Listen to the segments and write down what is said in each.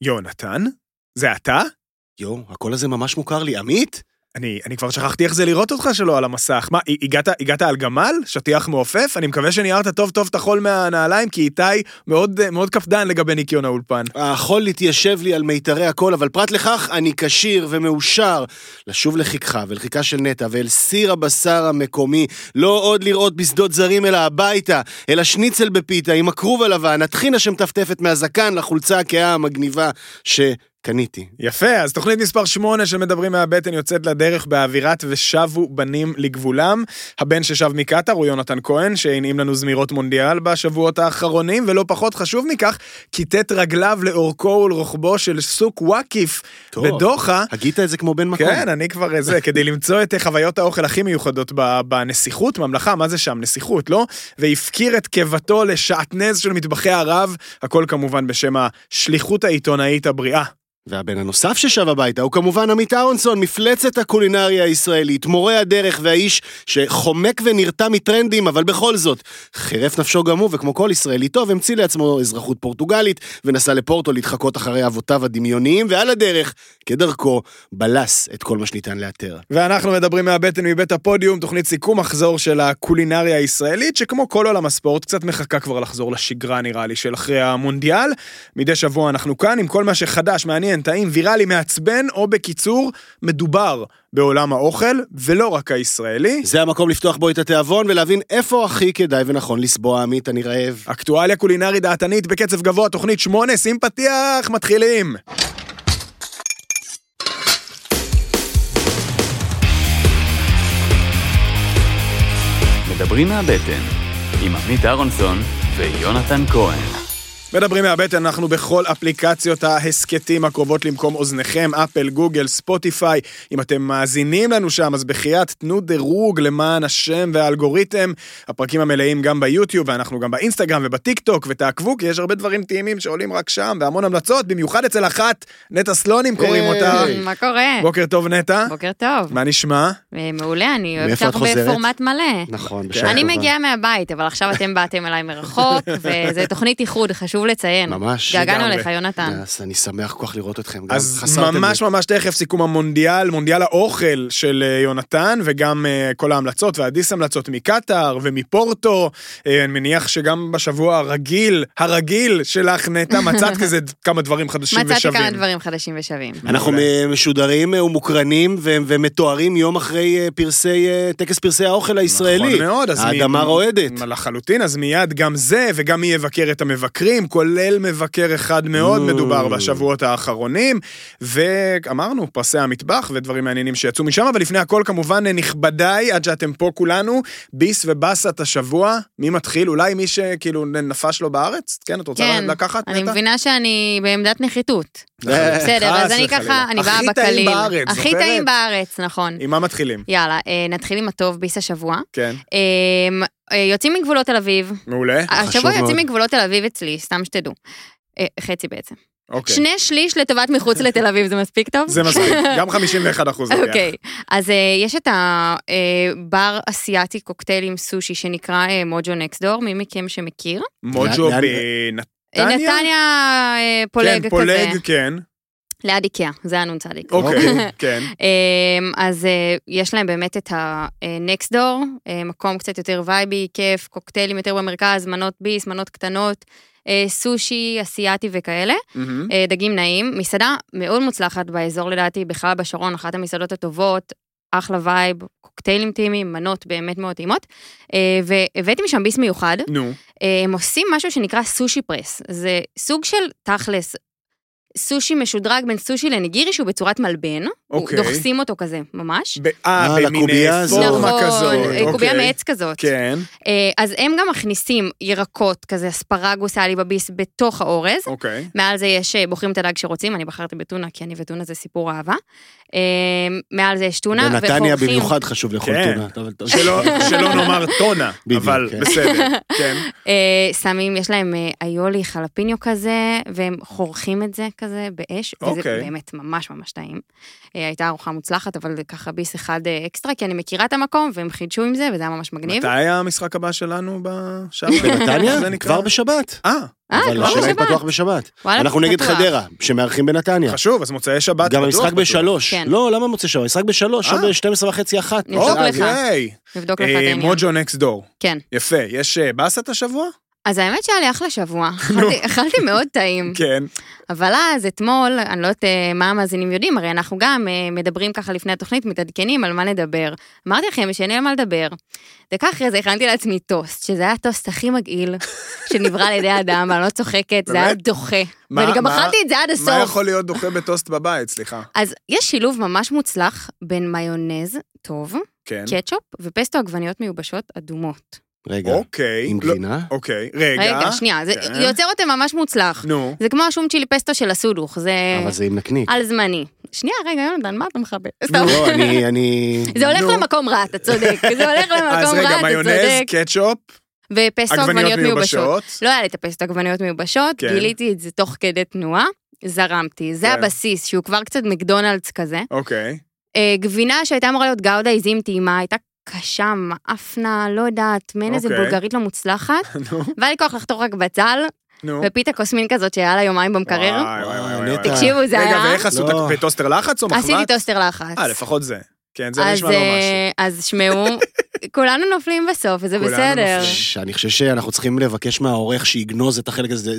יונתן? זה אתה? הקול הזה ממש מוכר לי. עמית? אני כבר שכחתי איך זה לראות אותך שלו על המסך. מה, הגעת על גמל? שטיח מעופף? אני מקווה שניערת טוב טוב את החול מהנעליים, כי איתי מאוד קפדן לגבי ניקיון האולפן. החול התיישב לי על מיתרי הקול, אבל פרט לכך אני קשיר ומאושר לשוב לחיקך ולחיקה של נטע ואל סיר הבשר המקומי, לא עוד לראות בשדות זרים אלא הביתה, אלא שניצל בפיתה עם הכרוב הלבן, הטחינה שמטפטפת מהזקן לחולצה הכהה המגניבה קניתי. יפה, אז תוכנית מספר 8 של מדברים מהבטן יוצאת לדרך באווירת ושבו בנים לגבולם. הבן ששב מקטר הוא יונתן כהן, שהנעים לנו זמירות מונדיאל בשבועות האחרונים, ולא פחות חשוב מכך, כיתת רגליו לאורכו ולרוחבו של סוק וואקיף בדוחה. הגית את זה כמו בן מקום. כן, אני כבר זה, כדי למצוא את חוויות האוכל הכי מיוחדות בנסיכות, ממלכה, מה זה שם? נסיכות, לא? והפקיר את קבתו לשעטנז של מטבחי ערב, הכל כמובן בשם השליחות העיתונאית הבריאה. והבן הנוסף ששב הביתה הוא כמובן עמית אהרונסון, מפלצת הקולינריה הישראלית, מורה הדרך והאיש שחומק ונרתע מטרנדים, אבל בכל זאת, חירף נפשו גם הוא, וכמו כל ישראלי טוב, המציא לעצמו אזרחות פורטוגלית, ונסע לפורטו להתחקות אחרי אבותיו הדמיוניים, ועל הדרך, כדרכו, בלס את כל מה שניתן לאתר. ואנחנו מדברים מהבטן מבית הפודיום, תוכנית סיכום מחזור של הקולינריה הישראלית, שכמו כל עולם הספורט, קצת מחכה כבר לחזור לשגרה, נראה לי, של אחרי המונדיאל. מדי שבוע אנחנו כאן עם כל מה שחדש, מעניין, טעים, ויראלי, מעצבן, או בקיצור, מדובר בעולם האוכל, ולא רק הישראלי. זה המקום לפתוח בו את התיאבון, ולהבין איפה הכי כדאי ונכון לסבוע. עמית, אני רעב. אקטואליה קולינרית דעתנית בקצב גבוה, תוכנית 8, שים פתיח, מתחילים. מדברים מהבטן, עם עמית אהרונסון ויונתן כהן. מדברים מהבטן, אנחנו בכל אפליקציות ההסקטים הקרובות למקום אוזניכם, אפל, גוגל, ספוטיפיי. אם אתם מאזינים לנו שם, אז בחייאת תנו דירוג למען השם והאלגוריתם. הפרקים המלאים גם ביוטיוב, ואנחנו גם באינסטגרם ובטיק טוק, ותעקבו, כי יש הרבה דברים טעימים שעולים רק שם, והמון המלצות, במיוחד אצל אחת, נטע סלונים קוראים אותה. מה קורה? בוקר טוב נטע. בוקר טוב. מה נשמע? מעולה, אני אוהבת לך בפורמט מלא. נכון, אני מגיעה מהבית, אבל עכשיו אתם באתם אליי מרחוק, וזה תוכנית איחוד, חשוב לציין. ממש. געגענו לך, יונתן. אני שמח כל כך לראות אתכם. אז ממש תכף סיכום המונדיאל, מונדיאל האוכל של יונתן, וגם כל ההמלצות והדיס המלצות מקטר ומפורטו. אני מניח שגם בשבוע הרגיל שלך נטע, מצאת כזה כמה דברים חדשים ושווים. מצאתי כמה דברים חדשים ושווים. אנחנו משודרים ומוקרנים ומתוארים יום אחרי טקס פרסי האוכל הישראלי. נכון מאוד. האדמה רועדת. לחלוטין, אז מיד גם זה, וגם מי יבקר את המבקרים, כולל מבקר אחד מאוד מדובר בשבועות האחרונים, ואמרנו, פרסי המטבח ודברים מעניינים שיצאו משם, אבל לפני הכל כמובן נכבדיי, עד שאתם פה כולנו, ביס ובסת השבוע, מי מתחיל? אולי מי שכאילו נפש לו בארץ? כן, את רוצה לקחת? אני מבינה שאני בעמדת נחיתות. בסדר, אז אני ככה, אני באה בקליל. הכי טעים בארץ, נכון. עם מה מתחילים? יאללה, נתחיל עם הטוב ביס השבוע. כן. יוצאים מגבולות תל אביב. מעולה. השבוע יוצאים מגבולות תל אביב אצלי, סתם שתדעו. חצי בעצם. 2/3 לטובת מחוץ לתל אביב, זה מספיק טוב? זה מספיק, גם 51%. אוקיי, אז יש את הבר אסיאטי קוקטיילים סושי, שנקרא מוג'ו נקסט-דור, מי מכם שמכיר? מוג'ו בנתניה? נתניה פולג כזה. כן, פולג, כן. ליד איקאה, זה הנון צדיק. אוקיי, כן. אז יש להם באמת את הנקסט-דור, מקום קצת יותר וייבי, כיף, קוקטיילים יותר במרכז, מנות ביס, מנות קטנות, סושי, אסיאטי וכאלה, דגים נעים, מסעדה מאוד מוצלחת באזור לדעתי, בכלל בשרון, אחת המסעדות הטובות, אחלה וייב, קוקטיילים טעימים, מנות באמת מאוד טעימות, והבאתי משם ביס מיוחד, הם עושים משהו שנקרא סושי פרס, זה סוג של תכלס, סושי משודרג בין סושי לניגירי, שהוא בצורת מלבן, דוחסים אותו כזה, ממש. במיני פורמה כזאת. קובייה מעץ כזאת. כן. אז הם גם מכניסים ירקות, כזה אספרגוס היה לי בביס, בתוך האורז. מעל זה יש, בוחרים את הדג שרוצים, אני בחרתי בטונה, כי אני וטונה זה סיפור אהבה. מעל זה יש טונה, בנתניה במיוחד חשוב לאכול טונה. שלא נאמר טונה, אבל בסדר. שמים, יש להם איולי חלפיניו כזה, והם חורכים את זה כזה באש, וזה באמת ממש ממש טעים. הייתה ארוחה מוצלחת, אבל ככה ביס אחד אקסטרה, כי אני מכירה את המקום, והם חידשו עם זה, וזה היה ממש מגניב. מתי היה המשחק הבא שלנו בשעה? בנתניה? כבר בשבת. אבל השאלה היא פתוח בשבת. אנחנו נגד חדרה, שמארחים בנתניה. חשוב, אז מוצאי שבת גם המשחק ב3. לא, למה מוצאי שבת? המשחק ב3, או ב12:30 1. נבדוק לך את העניין. מוג'ו נקסט דור. כן. יפה, יש בסת השבוע? אז האמת שהיה לי אחלה שבוע. אכלתי מאוד טעים. כן. אבל אז אתמול, אני לא יודעת מה המאזינים יודעים, הרי אנחנו גם מדברים ככה לפני התוכנית, מתעדכנים על מה נדבר. אמרתי לכם שאין לי על מה לדבר. דקה אחרי זה הכנתי לעצמי טוסט, שזה היה הטוסט הכי מגעיל שנברא על ידי אדם, ואני לא צוחקת, זה היה דוחה. ואני גם אכלתי את זה עד הסוף. מה יכול להיות דוחה בטוסט בבית, סליחה? אז יש שילוב ממש מוצלח בין מיונז טוב, קטשופ ופסטו עגבניות מיובשות אדומות. רגע, עם גבינה? אוקיי, רגע, שנייה, זה יוצר אותם ממש מוצלח. נו. זה כמו השום צ'ילי פסטו של הסודוך, זה... אבל זה עם נקניק. על זמני. שנייה, רגע, יונתן, מה אתה מחבר? לא, אני... זה הולך למקום רע, אתה צודק. זה הולך למקום רע, אתה צודק. אז רגע, מיונז, קטשופ, ופסטו עגבניות מיובשות. לא היה לי את הפסטו עגבניות מיובשות, גיליתי את זה תוך כדי תנועה, זרמתי. זה הבסיס, שהוא כבר קצת מקדונלדס כזה. אוקיי. גבינה שהייתה אמורה להיות גאודה עיזים טעימה, הייתה קשה, מאפנה, לא יודעת, מעין איזה בולגרית לא מוצלחת, והיה לי כוח לחתוך רק בצל, ופיתה קוסמין כזאת שהיה לה יומיים במקרר. תקשיבו, זה היה... רגע, ואיך עשו בטוסטר לחץ או מחבת? עשיתי טוסטר לחץ. לפחות זה. כן, זה נשמע לא משהו. אז שמעו, כולנו נופלים בסוף, וזה בסדר. אני חושב שאנחנו צריכים לבקש מהעורך שיגנוז את החלק הזה.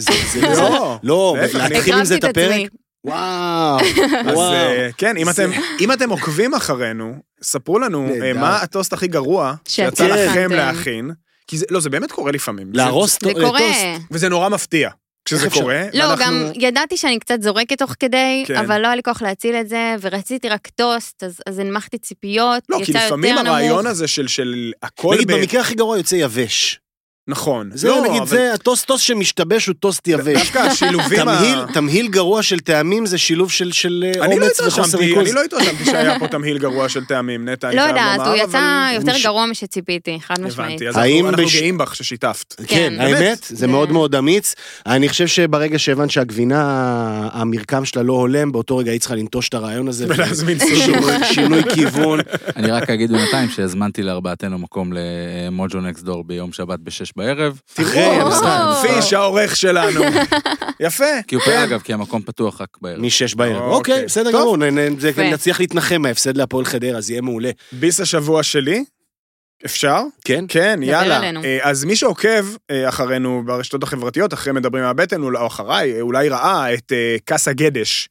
לא, להתחיל עם זה את הפרק. וואו. אז כן, אם אתם עוקבים אחרינו, ספרו לנו מה הטוסט הכי גרוע שיצא לכם להכין, כי זה באמת קורה לפעמים. להרוס טוסט. וזה נורא מפתיע. כשזה קורה, לא, גם ידעתי שאני קצת זורקת תוך כדי, אבל לא היה לי כוח להציל את זה, ורציתי רק טוסט, אז הנמכתי ציפיות, לא, כי לפעמים הרעיון הזה של הכל... נגיד, במקרה הכי גרוע יוצא יבש. נכון. זה נגיד, זה הטוסט שמשתבש הוא טוסט יבש. דווקא השילובים... תמהיל גרוע של טעמים זה שילוב של אומץ וחוסר ריכוז. אני לא התרשמתי שהיה פה תמהיל גרוע של טעמים, נטע, אני לא חייב לומר. יודעת, הוא יצא יותר גרוע משציפיתי, חד משמעית. הבנתי, אז אנחנו גאים בך ששיתפת. כן, האמת, זה מאוד מאוד אמיץ. אני חושב שברגע שהבנת שהגבינה, המרקם שלה לא הולם, באותו רגע היא צריכה לנטוש את הרעיון הזה. ולהזמין שינוי כיוון. אני רק אגיד בינתיים שהזמנתי לארבעתנו מקום למוג'ו נקסט דור ביום שבת ב-6 בערב. תראו, פיש העורך שלנו. יפה. כי הוא פרע אגב, כי המקום פתוח רק בערב. מ-6 בערב. אוקיי, בסדר גמור. נצליח להתנחם מההפסד להפועל חדרה, אז יהיה מעולה. ביס השבוע שלי. אפשר? כן. כן, יאללה. אז מי שעוקב אחרינו ברשתות החברתיות, אחרי מדברים מהבטן, או אחריי, אולי ראה את קאסה גדש,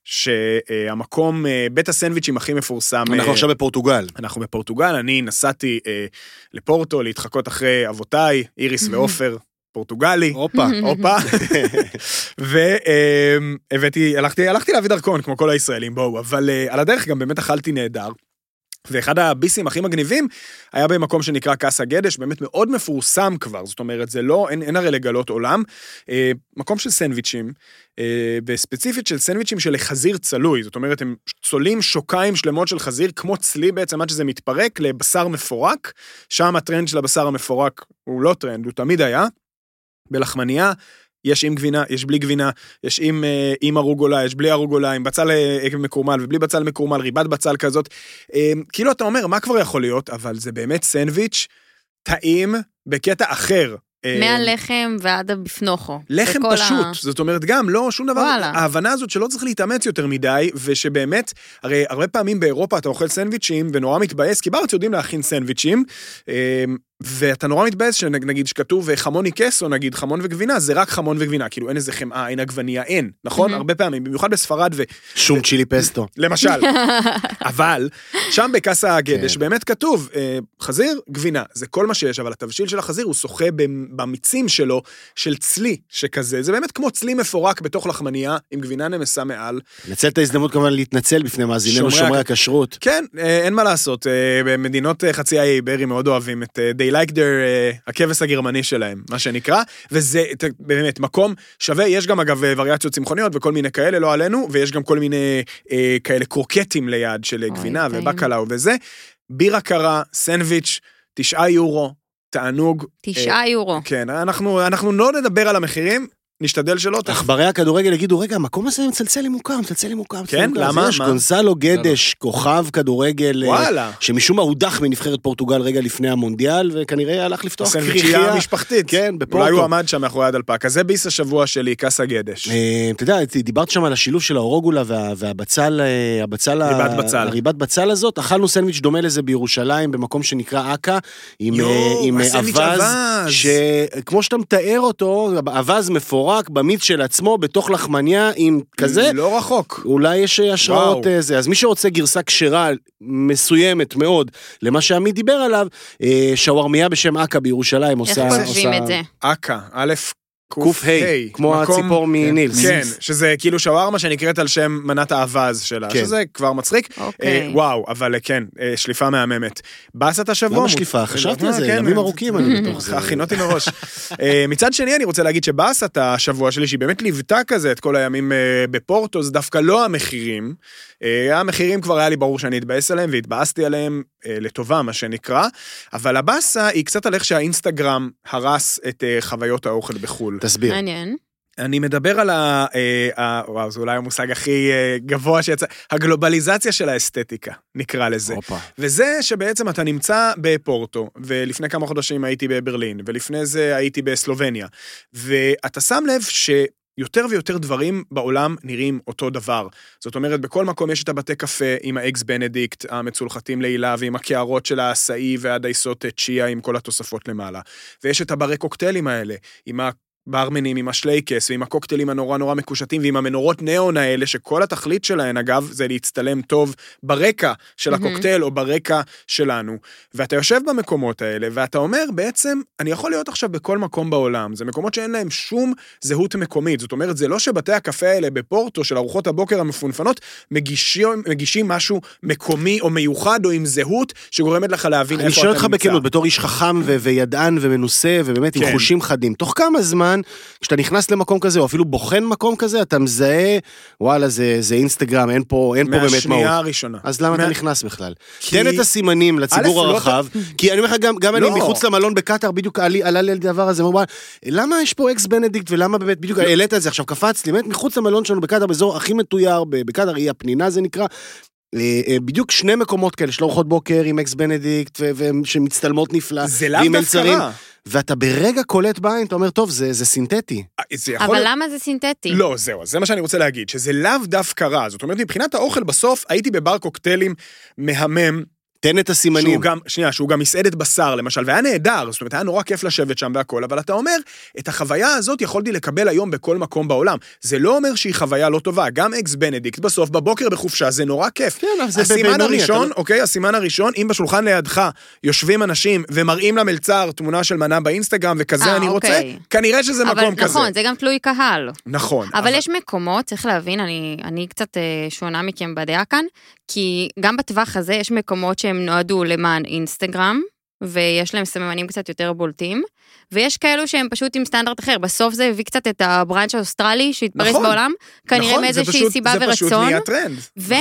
שהמקום, בית הסנדוויצ'ים הכי מפורסם. אנחנו עכשיו בפורטוגל. אנחנו בפורטוגל, אני נסעתי לפורטו להתחקות אחרי אבותיי, איריס ואופר, פורטוגלי. אופה. הלכתי להביא דרכון, כמו כל הישראלים, בואו, אבל על הדרך גם באמת אכלתי נהדר. ואחד הביסים הכי מגניבים היה במקום שנקרא קאסה גדש, באמת מאוד מפורסם כבר, זאת אומרת, זה לא, אין הרי לגלות עולם, מקום של סנדוויצ'ים, וספציפית של סנדוויצ'ים של חזיר צלוי, זאת אומרת, הם צולים שוקיים שלמות של חזיר, כמו צלי בעצם עד שזה מתפרק לבשר מפורק, שם הטרנד של הבשר המפורק הוא לא טרנד, הוא תמיד היה, בלחמניה, יש עם גבינה, יש בלי גבינה, יש עם ארוגולה, יש בלי ארוגולה, עם בצל מקורמל ובלי בצל מקורמל, ריבת בצל כזאת. כאילו אתה אומר, מה כבר יכול להיות? אבל זה באמת סנדוויץ' טעים בקטע אחר. מהלחם ועד הבפנוכו. לחם פשוט, זאת אומרת גם, לא שום דבר. ההבנה הזאת שלא צריך להתאמץ יותר מדי, ושבאמת, הרי הרבה פעמים באירופה אתה אוכל סנדוויצ'ים, ונורא מתבאס, כי בארץ יודעים להכין סנדוויצ'ים, ואתה נורא מתבאס שנגיד שכתוב חמוני קסו, נגיד חמון וגבינה, זה רק חמון וגבינה, כאילו אין איזה חמאה, אין עגבניה, אין, נכון? הרבה פעמים, במיוחד בספרד שום צ'ילי פסטו. למשל. אבל, שם בקאסה הגדש באמת כתוב, חזיר, גבינה, זה כל מה שיש, אבל התבשיל של החזיר הוא שוחה במיצים שלו, של צלי שכזה, זה באמת כמו צלי מפורק בתוך לחמניה, עם גבינה נמסה מעל. נצל את ההזדמנות כמובן להתנצל בפני מאזיננו שומרי הכשרות. כן, אין מה לעשות, במדינות חצי האי איברי מאוד אוהבים את they like their, הכבש הגרמני שלהם, מה שנקרא, וזה באמת מקום שווה, יש גם אגב וריאציות צמחוניות וכל מיני כאלה, לא עלינו, ויש גם כל מיני כאלה קרוקטים ליד של גבינה ובקלאו וזה, בירה קרה, סנדוויץ', 9 יורו, תענוג. 9 יורו. כן, אנחנו לא נדבר על המחירים, נשתדל שלא. עכברי הכדורגל יגידו, רגע, המקום הזה מצלצל לי מוכר. כן, למה? יש גונסלו גדש, כוכב כדורגל, שמשום מה הודח מנבחרת פורטוגל רגע לפני המונדיאל, וכנראה הלך לפתוח סנדוויצ'ייה משפחתית. כן, בפורטו. אולי הוא עמד שם מאחורי הדלפק. אז זה ביס השבוע שלי, קאסה גדש. אתה יודע, דיברת שם על השילוב של האורוגולה והבצל, הריבת בצל הזאת, אכלנו סנדוויץ' דומה לזה בירושלים, במקום שנקרא אקה, עם אבז, שכמו שאתה מתאר אותו, אבז מפורק במיץ של עצמו, בתוך לחמניה, עם כזה. לא רחוק. אולי יש השראות זה. אז מי שרוצה גרסה כשרה מסוימת מאוד, למה שעמי דיבר עליו, שווארמיה בשם אקה בירושלים עושה... איך כותבים את זה? אקה, א' קוף היי, כמו הציפור מנילס. כן, שזה כאילו שווארמה שנקראת על שם מנת האבז שלה, שזה כבר מצחיק. וואו, אבל כן, שליפה מהממת. בסת השבוע... למה שליפה? חשבתי על זה, ימים ארוכים אני בתוך זה. הכינותי מראש. מצד שני, אני רוצה להגיד שבסת השבוע שלי, שהיא באמת ליוותה כזה את כל הימים בפורטו, זה דווקא לא המחירים. המחירים כבר היה לי ברור שאני אתבאס עליהם, והתבאסתי עליהם לטובה, מה שנקרא. אבל הבסה היא קצת על איך שהאינסטגרם הרס את חוויות האוכל בחו"ל. תסביר. מעניין. אני מדבר על וואו, זה אולי המושג הכי גבוה שיצא, הגלובליזציה של האסתטיקה, נקרא לזה. וזה שבעצם אתה נמצא בפורטו, ולפני כמה חודשים הייתי בברלין, ולפני זה הייתי בסלובניה, ואתה שם לב יותר ויותר דברים בעולם נראים אותו דבר. זאת אומרת, בכל מקום יש את הבתי קפה עם האקס בנדיקט, המצולחתים לילה, ועם הקערות של העשאי והדייסות צ'יה עם כל התוספות למעלה. ויש את הברי קוקטיילים האלה, עם ברמנים, עם השלייקס, ועם הקוקטיילים הנורא נורא מקושטים, ועם המנורות ניאון האלה, שכל התכלית שלהן, אגב, זה להצטלם טוב ברקע של הקוקטייל, או ברקע שלנו. ואתה יושב במקומות האלה, ואתה אומר, בעצם, אני יכול להיות עכשיו בכל מקום בעולם. זה מקומות שאין להם שום זהות מקומית. זאת אומרת, זה לא שבתי הקפה האלה בפורטו, של ארוחות הבוקר המפונפנות, מגישים משהו מקומי או מיוחד, או עם זהות, שגורמת לך להבין איפה אתה נמצא. אני שואל אותך בכנות, בתור איש חכם וידען ומנוסה, ובאמת עם חושים חדים. תוך כמה זמן כשאתה נכנס למקום כזה, או אפילו בוחן מקום כזה, אתה מזהה, וואלה, זה אינסטגרם, אין פה באמת מהות. מהשנייה הראשונה. אז למה אתה נכנס בכלל? תן את הסימנים לציבור הרחב, כי אני אומר לך, גם אני מחוץ למלון בקטר, בדיוק עלה לי על דבר הזה, למה יש פה אקס בנדיקט, ולמה באמת, בדיוק העלית את זה, עכשיו קפץ לי, באמת מחוץ למלון שלנו בקטר, באזור הכי מתויר, בקטר, היא הפנינה זה נקרא, בדיוק שני מקומות כאלה, של ארוחות בוקר עם אקס בנדיקט, שמצטלמות נפלא, זה לאו דווקא רע. ואתה ברגע קולט בעין, אתה אומר, טוב, זה סינתטי. אבל למה זה סינתטי? לא, זהו, זה מה שאני רוצה להגיד, שזה לאו דווקא רע. זאת אומרת, מבחינת האוכל בסוף, הייתי בבר קוקטיילים מהמם, תן את הסימנים. שהוא גם מסעדת בשר, למשל, והיה נהדר, זאת אומרת, היה נורא כיף לשבת שם והכל, אבל אתה אומר, את החוויה הזאת יכולתי לקבל היום בכל מקום בעולם. זה לא אומר שהיא חוויה לא טובה, גם אקס בנדיקט בסוף, בבוקר בחופשה, זה נורא כיף. הסימן הראשון, אוקיי, הסימן הראשון, אם בשולחן לידך יושבים אנשים ומראים למלצר תמונה של מנה באינסטגרם, וכזה אני רוצה, כנראה שזה מקום כזה. נכון, זה גם תלוי קהל. נכון. אבל יש מקומות, צריך להבין, אני קצת שונה מכם בדעה כאן, כי גם בטווח הזה יש מקומות שהם נועדו למען אינסטגרם, ויש להם סממנים קצת יותר בולטים, ויש כאלו שהם פשוט עם סטנדרט אחר. בסוף זה הביא קצת את הברנץ' האוסטרלי שהתפרס בעולם, כנראה מאיזושהי סיבה ורצון. זה פשוט נהיה טרנד.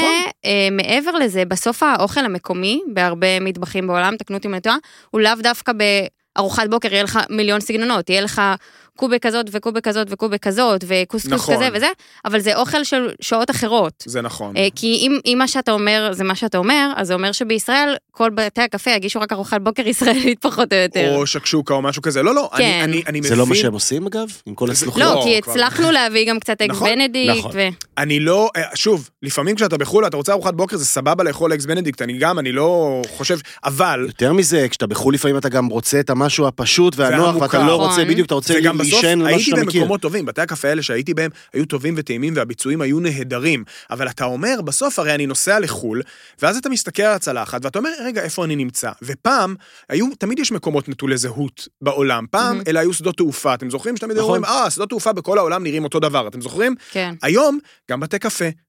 ומעבר לזה, בסוף האוכל המקומי, בהרבה מטבחים בעולם, תקנו אותי מלטועה, הוא לאו דווקא בארוחת בוקר, יהיה לך מיליון סגנונות, יהיה לך קובה כזאת וקובה כזאת וקובה כזאת וקוסקוס כזה וזה, אבל זה אוכל של שעות אחרות. זה נכון. כי אם מה שאתה אומר זה מה שאתה אומר, אז זה אומר שבישראל כל בתי הקפה יגישו רק ארוחת בוקר ישראלית פחות או יותר. או שקשוקה או משהו כזה. לא, אני מבין. זה לא מה שהם עושים אגב? עם כל הסלוחים? לא, כי הצלחנו להביא גם קצת אקס בנדיקט. אני לא, שוב, לפעמים כשאתה בחול, אתה רוצה ארוחת בוקר, זה סבבה לאכול אקס בנדיקט, אני לא חושב, אבל... יותר מזה, כשאתה בחול לפעמים אתה גם רוצה את המשהו הפשוט והנוח, ואתה לא רוצה בדיוק, אתה רוצה הייתי במקומות טובים, בתי הקפה האלה שהייתי בהם היו טובים וטעימים והביצועים היו נהדרים, אבל אתה אומר, בסוף הרי אני נוסע לחול, ואז אתה מסתכל על הצלחת, ואתה אומר, רגע, איפה אני נמצא? ופעם, תמיד יש מקומות נטולי זהות בעולם, פעם אלה היו שדות תעופה, אתם זוכרים שתמיד אומרים, שדות תעופה בכל העולם נראים אותו דבר, אתם זוכרים? כן. היום, גם בתי קפה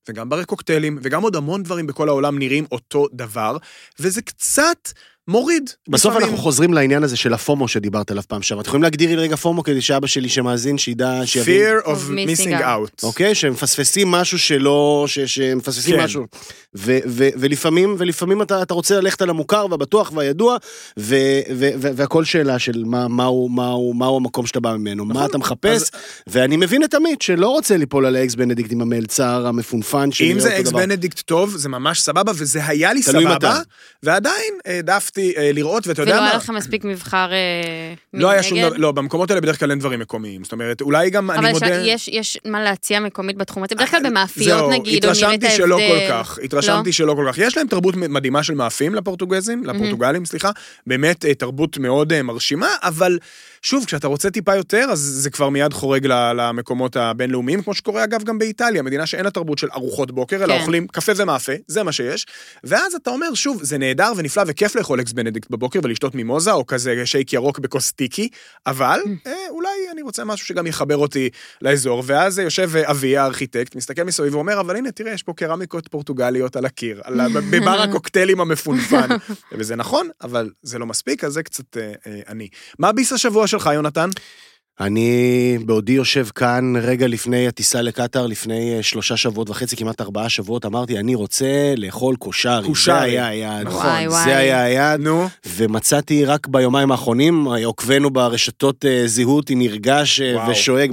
וגם ברי קוקטיילים, וגם עוד המון דברים בכל העולם נראים אותו דבר, וזה קצת מוריד. בסוף לפעמים. אנחנו חוזרים לעניין הזה של הפומו שדיברת עליו פעם שעברה. אתם יכולים להגדיר לי רגע פומו כדי שאבא שלי שמאזין, שידע, שיבין. Fear of missing out. אוקיי? שמפספסים משהו שמפספסים כן. משהו. ולפעמים אתה רוצה ללכת על המוכר והבטוח והידוע, והכל שאלה של מהו המקום שאתה בא ממנו, מה אתה מחפש, ואני מבין את עמית שלא רוצה ליפול על האקס בנדיקט עם המלצר המפונפן. אם זה אקס בנדיקט טוב, זה ממש סבבה, וזה היה לי סבבה, ועדיין העדפתי לראות, ואתה יודע מה... ולא היה לך מספיק מבחר לא היה שום דבר, לא, במקומות האלה בדרך כלל אין דברים מקומיים, זאת אומרת, אולי גם אני מודה... אבל יש מה להציע מקומית בתחום הזה, בדרך כלל במאפיות נגיד, או נראה את ההבדל. התרשמתי שלא כל כך. יש להם תרבות מדהימה של מאפים לפורטוגלים, סליחה, באמת תרבות מאוד מרשימה, אבל שוב, כשאתה רוצה טיפה יותר, אז זה כבר מיד חורג למקומות הבינלאומיים, כמו שקורה אגב גם באיטליה, מדינה שאין לה תרבות של ארוחות בוקר, אלא אוכלים קפה ומאפה, זה מה שיש, ואז אתה אומר, שוב, זה נהדר ונפלא וכיף לאכול אקס בנדיקט בבוקר ולשתות מימוזה, או כזה שייק ירוק בקוסטיקי, אבל אולי אני רוצה משהו שגם יחבר אותי לאזור, ואז יושב אבי הארכיטקט, מסתכל מסביב ואומר, אבל הנה, תראה, יש פה קרמיקות פורטוגליות על הקיר, בבר הקוקטיילים המפונפן, וזה נכון, אבל זה לא מספיק, אז זה קצת אני. מה ביס השבוע שלך, יונתן? אני בעודי יושב כאן רגע לפני הטיסה לקטר, לפני 3 שבועות וחצי, כמעט 4 שבועות, אמרתי, אני רוצה לאכול קושרי. זה היה היעד. נכון. זה היה היעד. נו. ומצאתי רק ביומיים האחרונים, עוקבנו ברשתות זהות, היא נרגש ושואג,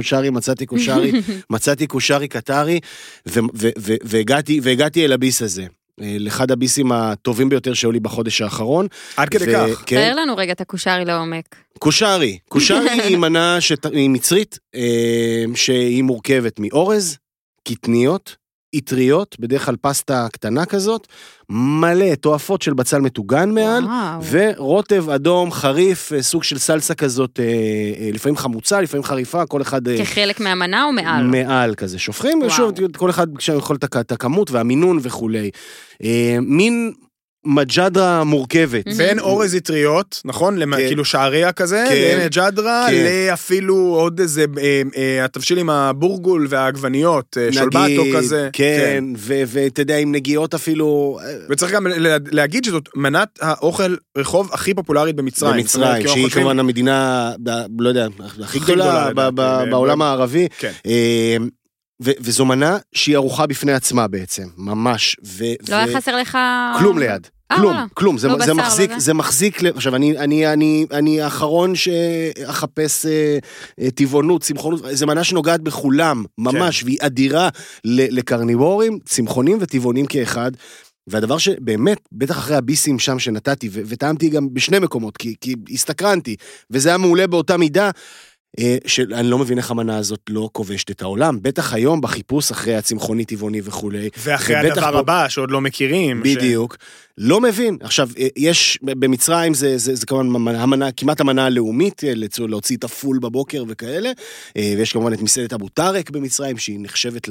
מצאתי קושרי קטרי, והגעתי אל הביס הזה. לאחד הביסים הטובים ביותר שהיו לי בחודש האחרון. עד כדי כך. תאר לנו רגע את הקושרי לעומק. קושרי היא מנה מצרית, שהיא מורכבת מאורז, קטניות, עטריות, בדרך כלל פסטה קטנה כזאת, מלא תואפות של בצל מטוגן מעל, ורוטב אדום חריף, סוג של סלסה כזאת, לפעמים חמוצה, לפעמים חריפה, כל אחד... כחלק מהמנה או מעל? מעל כזה, שופכים, ושוב, כל אחד יכול את הכמות והמינון וכולי. מין... מג'דרה מורכבת. בין אורז יטריות, נכון? כאילו שעריה כזה, למג'דרה, לאפילו עוד איזה, התבשיל עם הבורגול והעגבניות, שולבטו כזה. כן, ואתה יודע, עם נגיעות אפילו... וצריך גם להגיד שזאת מנת האוכל רחוב הכי פופולרית במצרים. במצרים, שהיא כמובן המדינה, לא יודע, הכי גדולה בעולם הערבי. כן. וזו מנה שהיא ארוחה בפני עצמה בעצם, ממש. לא היה חסר לך... כלום ליד. כלום, זה מחזיק, עכשיו אני האחרון שאחפש טבעונות, צמחונות, זה מנה שנוגעת בכולם, ממש, והיא אדירה לקרניבורים, צמחונים וטבעונים כאחד, והדבר שבאמת, בטח אחרי הביסים שם שנתתי, וטעמתי גם בשני מקומות, כי הסתקרנתי, וזה היה מעולה באותה מידה, שאני לא מבין איך המנה הזאת לא כובשת את העולם, בטח היום בחיפוש אחרי הצמחוני, טבעוני וכו'. ואחרי הדבר הבא שעוד לא מכירים. בדיוק. לא מבין. עכשיו, יש, במצרים זה כמובן כמעט המנה הלאומית, להוציא את הפול בבוקר וכאלה, ויש כמובן את מסעדת אבו טארק במצרים, שהיא נחשבת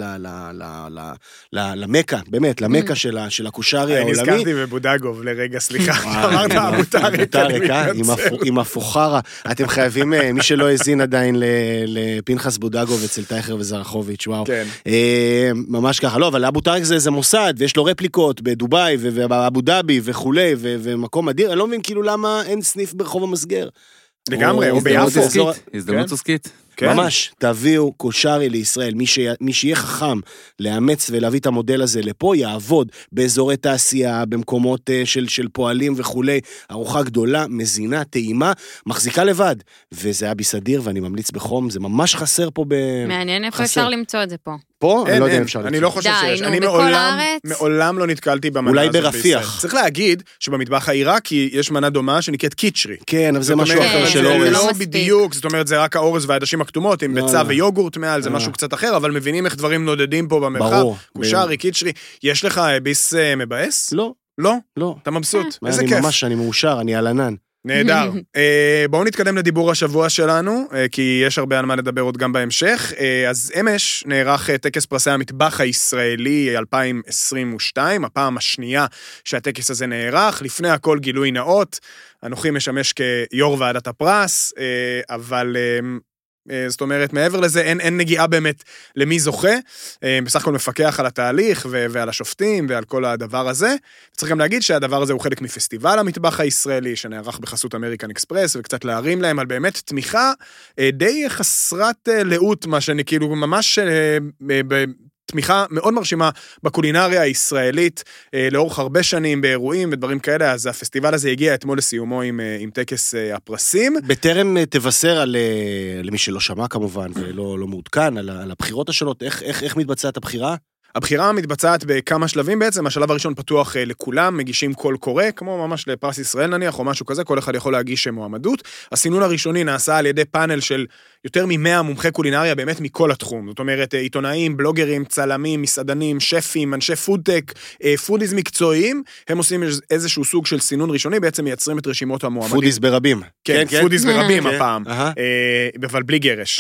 למקה, באמת, למקה של הקושרי העולמי. אני נזכרתי בבודגוב לרגע, סליחה. אמרת אבו טארק, אני מתנצל. עם הפוחרה. אתם חייבים, מי שלא הזין עדיין לפנחס בודגוב אצל טייכר וזרחוביץ', וואו. ממש ככה, לא, אבל אבו טארק זה מוסד, ויש לו רפליקות בדוביי ובאבו דאבי וכולי, ומקום אדיר, אני לא מבין כאילו למה אין סניף ברחוב המסגר. לגמרי, או ביפו. הזדמנות עסקית. ממש, תביאו קושרי לישראל, מי שיהיה חכם לאמץ ולהביא את המודל הזה לפה, יעבוד באזורי תעשייה, במקומות של פועלים וכולי, ארוחה גדולה, מזינה, טעימה, מחזיקה לבד, וזה היה בסדיר, ואני ממליץ בחום, זה ממש חסר פה מעניין איפה אפשר למצוא את זה פה. פה? אני לא יודע אם אפשר למצוא. אני לא חושב שיש. אני מעולם לא נתקלתי במנה אולי הזאת ברפיח. צריך להגיד שבמטבח העיראקי יש מנה דומה שנקראת קיצ'רי. כן, אבל זה משהו אחר של אורז. זה לא בדיוק, זאת אומרת, זה רק האורז והעדשים הכתומות, עם ביצה ויוגורט מעל, זה משהו קצת אחר, אבל מבינים איך דברים נודדים פה במרחב. קושרי, קיצ'רי. יש לך ביס מבאס? לא. לא? לא. אתה מבסוט. איזה אני כיף. ממש, אני מאושר, אני על ענן. נהדר. בואו נתקדם לדיבור השבוע שלנו, כי יש הרבה על מה לדבר עוד גם בהמשך. אז אמש נערך טקס פרסי המטבח הישראלי 2022, הפעם השנייה שהטקס הזה נערך. לפני הכל גילוי נאות, אנוכי משמש כיו"ר ועדת הפרס, אבל זאת אומרת, מעבר לזה אין נגיעה באמת למי זוכה, בסך הכל מפקח על התהליך ועל השופטים ועל כל הדבר הזה. צריך גם להגיד שהדבר הזה הוא חלק מפסטיבל המטבח הישראלי, שנערך בחסות אמריקן אקספרס, וקצת להרים להם על באמת תמיכה די חסרת לאות, מה שאני כאילו ממש תמיכה מאוד מרשימה בקולינריה הישראלית, לאורך הרבה שנים באירועים ודברים כאלה, אז הפסטיבל הזה הגיע אתמול לסיומו עם טקס הפרסים. בטרם תבשר למי שלא שמע כמובן, ולא מעודכן, על הבחירות השונות, איך מתבצעת הבחירה? הבחירה מתבצעת בכמה שלבים בעצם, השלב הראשון פתוח לכולם, מגישים קול קורא, כמו ממש לפרס ישראל נניח, או משהו כזה, כל אחד יכול להגיש מועמדות. הסינון הראשוני נעשה על ידי פאנל של יותר מ100 מומחי קולינריה, באמת מכל התחום. זאת אומרת, עיתונאים, בלוגרים, צלמים, מסעדנים, שפים, אנשי פודטק, פודיז מקצועיים, הם עושים איזשהו סוג של סינון ראשוני, בעצם מייצרים את רשימות המועמדים. פודיז ברבים. כן, פודיז ברבים הפעם, אבל בלי גרש.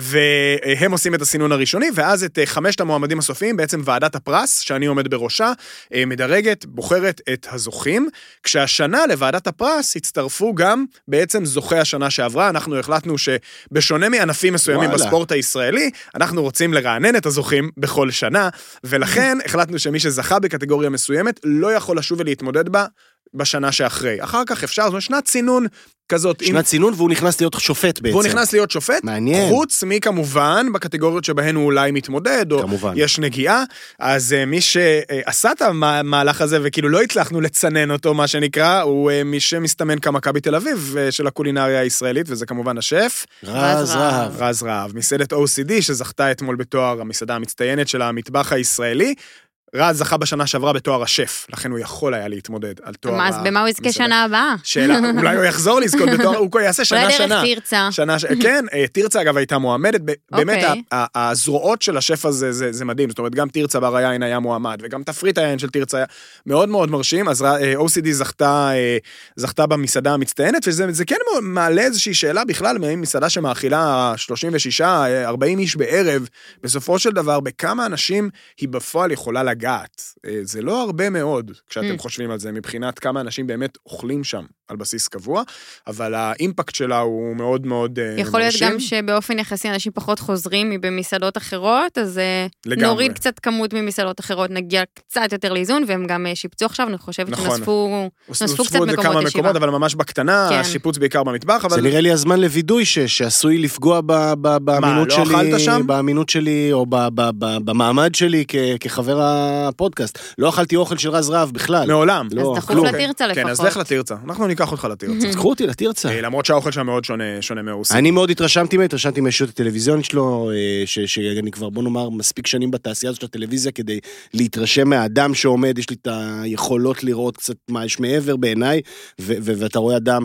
והם עושים את הסינון הראשוני, ואז את 5 המועמדים הסופיים, בעצם ועדת הפרס, שאני עומד בראשה, מדרגת, בוחרת את הזוכים, כשהשנה לוועדת הפרס הצטרפו גם בעצם זוכי השנה שעברה, אנחנו החלטנו שבשונה מענפים מסוימים בספורט הישראלי, אנחנו רוצים לרענן את הזוכים בכל שנה, ולכן החלטנו שמי שזכה בקטגוריה מסוימת, לא יכול לשוב ולהתמודד בה בשנה שאחרי. אחר כך אפשר, זו שנת צינון כזאת. שנת צינון, והוא נכנס להיות שופט בעצם. והוא נכנס להיות שופט, מעניין. חוץ מכמובן, בקטגוריות שבהן הוא אולי מתמודד, או כמובן. יש נגיעה, אז מי שעשה את המהלך הזה, וכאילו לא הצלחנו לצנן אותו, מה שנקרא, הוא מי שמסתמן כמכבי תל אביב, של הקולינריה הישראלית, וזה כמובן השף. רז רהב, מסעדת OCD, שזכתה אתמול בתואר המסעדה המצטיינת של המטבח הישראלי, רז זכה בשנה שעברה בתואר השף, לכן הוא יכול היה להתמודד על תואר... אז במה הוא יזכה שנה הבאה? שאלה, אולי הוא יחזור לזכות בתואר, הוא יעשה שנה-שנה. אולי דרך תרצה. כן, תרצה אגב הייתה מועמדת, באמת הזרועות של השף הזה זה מדהים, זאת אומרת גם תרצה בר היין היה מועמד, וגם תפריט היין של תרצה היה מאוד מאוד מרשים, אז OCD זכתה במסעדה המצטיינת, וזה כן מעלה איזושהי שאלה בכלל, מסעדה שמאכילה 36-40 איש בערב, בסופו של דבר, בכמה אנשים היא בפועל יכולה לגעת. זה לא הרבה מאוד, כשאתם חושבים על זה, מבחינת כמה אנשים באמת אוכלים שם על בסיס קבוע, אבל האימפקט שלה הוא מאוד מאוד מרשים. יכול להיות גם שבאופן יחסי אנשים פחות חוזרים מבמסעדות אחרות, אז נוריד קצת כמות ממסעדות אחרות, נגיע קצת יותר לאיזון, והם גם שיפצו עכשיו, אני חושבת שנוספו קצת מקומות ישיבה. אבל ממש בקטנה, השיפוץ בעיקר במטבח. זה נראה לי הזמן לוידוי שעשוי לפגוע באמינות שלי, או במעמד שלי כחבר הפודקאסט. לא אכלתי אוכל של רז רהב בכלל. מעולם. אז דחוף לתרצה לפחות. כן, אז לך לתרצה. אנחנו ניקח אותך לתרצה. תקחו אותי לתרצה. למרות שהאוכל שם מאוד שונה מהרוסי. אני מאוד התרשמתי מהישות הטלוויזיונית שלו, שאני כבר, בוא נאמר, מספיק שנים בתעשייה הזאת של הטלוויזיה, כדי להתרשם מהאדם שעומד, יש לי את היכולות לראות קצת מה יש מעבר בעיניי, ואתה רואה אדם,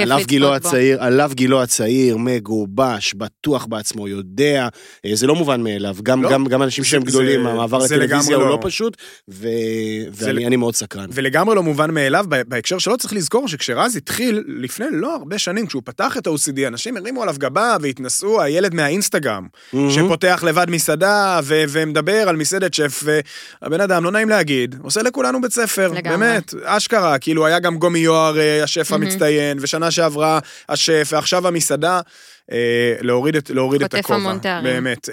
עליו גילו הצעיר, מגובש, בטוח בעצמו, יודע, זה לא מובן מאליו, גם אנשים שהם גדולים, המעבר לטלוויזיה הוא לא פשוט, ואני מאוד סקרן. ולגמרי לא מובן מאליו, בהקשר שלו צריך לזכור שכשרז התחיל לפני לא הרבה שנים, כשהוא פתח את ה-OCD, אנשים הרימו עליו גבה והתנסו, הילד מהאינסטגרם, שפותח לבד מסעדה ומדבר על מסעדת שף, והבן אדם, לא נעים להגיד, עושה לכולנו בית ספר, באמת, אשכרה, כאילו היה גם גומי יואר, השף המצטיין, ושנה שעברה השף, ועכשיו המסעדה, להוריד את הכובע, באמת.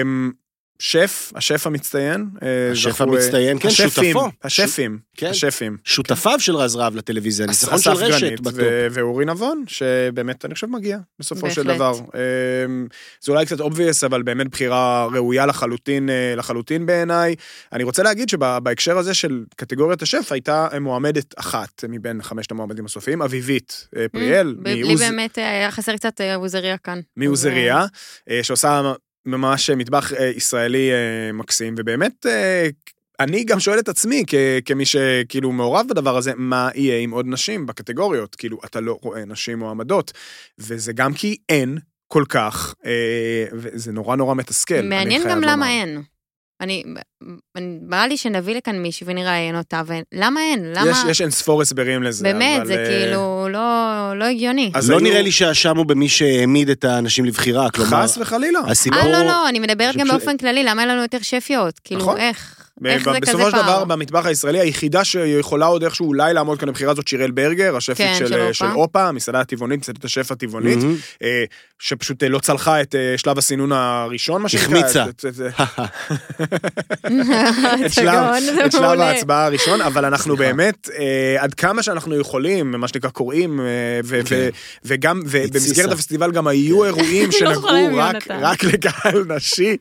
השף המצטיין. השף המצטיין, כן, שותפו. השפים. שותפיו של רז רהב לטלוויזיה, ניצחון של רשת בטופ. ואורי נבון, שבאמת, אני חושב מגיע, בסופו של דבר. זה אולי קצת obvious, אבל באמת בחירה ראויה לחלוטין בעיניי. אני רוצה להגיד שבהקשר הזה של קטגוריית השף, הייתה מועמדת אחת מבין 5 המועמדים הסופיים, אביבית פריאל. לי באמת היה חסר קצת עוזריה כאן. מעוזריה, שעושה ממש מטבח ישראלי מקסים, ובאמת אני גם שואל את עצמי, כמי שכאילו מעורב בדבר הזה, מה יהיה עם עוד נשים בקטגוריות? כאילו, אתה לא רואה נשים מועמדות, וזה גם כי אין כל כך, וזה נורא נורא מתסכל. מעניין גם למה אין. בא לי שנביא לכאן מישהו ונראיין אותה, ולמה אין? יש אין ספור הסברים לזה. באמת, זה כאילו לא הגיוני. אז לא נראה לי שהאשם הוא במי שהעמיד את האנשים לבחירה, כלומר... חס וחלילה. לא, אני מדברת גם באופן כללי, למה אין לנו יותר שפיות? כאילו, איך? איך זה בסופו כזה של דבר, פער? במטבח הישראלי, היחידה שיכולה עוד איכשהו אולי לעמוד כאן לבחירה זאת שיראל ברגר, השפית כן, של של אופה. אופה, המסעדה הטבעונית, מסעדת השף הטבעונית, שפשוט לא צלחה את שלב הסינון הראשון, מה שנקרא. החמיצה. את שלב ההצבעה הראשון, אבל אנחנו באמת, עד כמה שאנחנו יכולים, מה שנקרא קוראים, וגם, ובמסגרת הפסטיבל גם היו אירועים שנגעו רק לקהל נשי,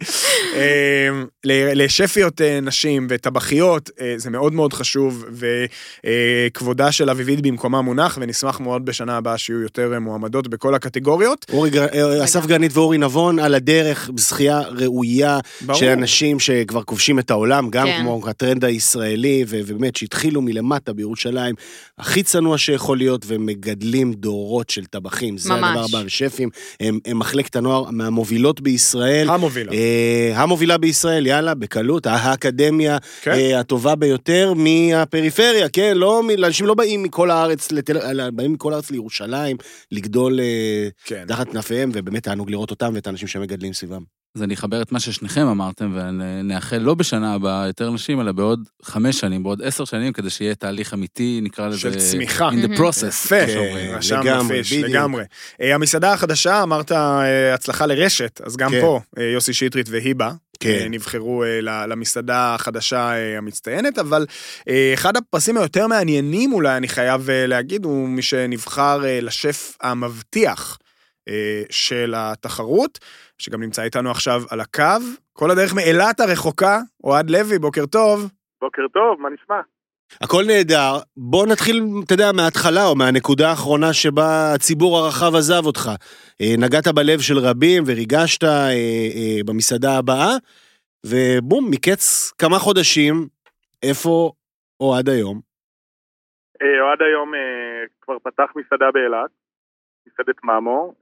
לשפיות נשים וטבחיות, זה מאוד מאוד חשוב, וכבודה של אביבית במקומה מונח, ונשמח מאוד בשנה הבאה שיהיו יותר מועמדות בכל הקטגוריות. אסף גרנית ואורי נבון על הדרך, בזכייה ראויה של אנשים שכבר כובשים את העולם, גם כמו הטרנד הישראלי, ובאמת שהתחילו מלמטה בירושלים, הכי צנוע שיכול להיות, ומגדלים דורות של טבחים. זה הדבר הבא, שפים, הם מחלקת הנוער מהמובילות בישראל. המובילה בישראל, יאללה, בקלות, האקדמיה הטובה ביותר מהפריפריה, כן? לא, אנשים לא באים מכל הארץ, באים מכל הארץ לירושלים, לגדול תחת כנפיהם, ובאמת תענוג לראות אותם ואת האנשים שמגדלים סביבם. אז אני אחבר את מה ששניכם אמרתם, ונאחל לא בשנה הבאה יותר נשים, אלא בעוד 5 שנים, בעוד 10 שנים, כדי שיהיה תהליך אמיתי, נקרא לזה... של צמיחה. in the process. לגמרי. המסעדה החדשה, אמרת הצלחה לרשת, אז גם פה יוסי שטרית והיבה, נבחרו למסעדה החדשה המצטיינת, אבל אחד הפרסים היותר מעניינים אולי, אני חייב להגיד, הוא מי שנבחר לשף המבטיח של התחרות, שגם נמצא איתנו עכשיו על הקו, כל הדרך מאילת הרחוקה, אוהד לוי, בוקר טוב. בוקר טוב, מה נשמע? הכל נהדר, בוא נתחיל, אתה יודע, מההתחלה, או מהנקודה האחרונה שבה הציבור הרחב עזב אותך. נגעת בלב של רבים וריגשת במסעדה הבאה, ובום, מקץ כמה חודשים, איפה אוהד היום? אוהד היום כבר פתח מסעדה באילת, מסעדת מאמו,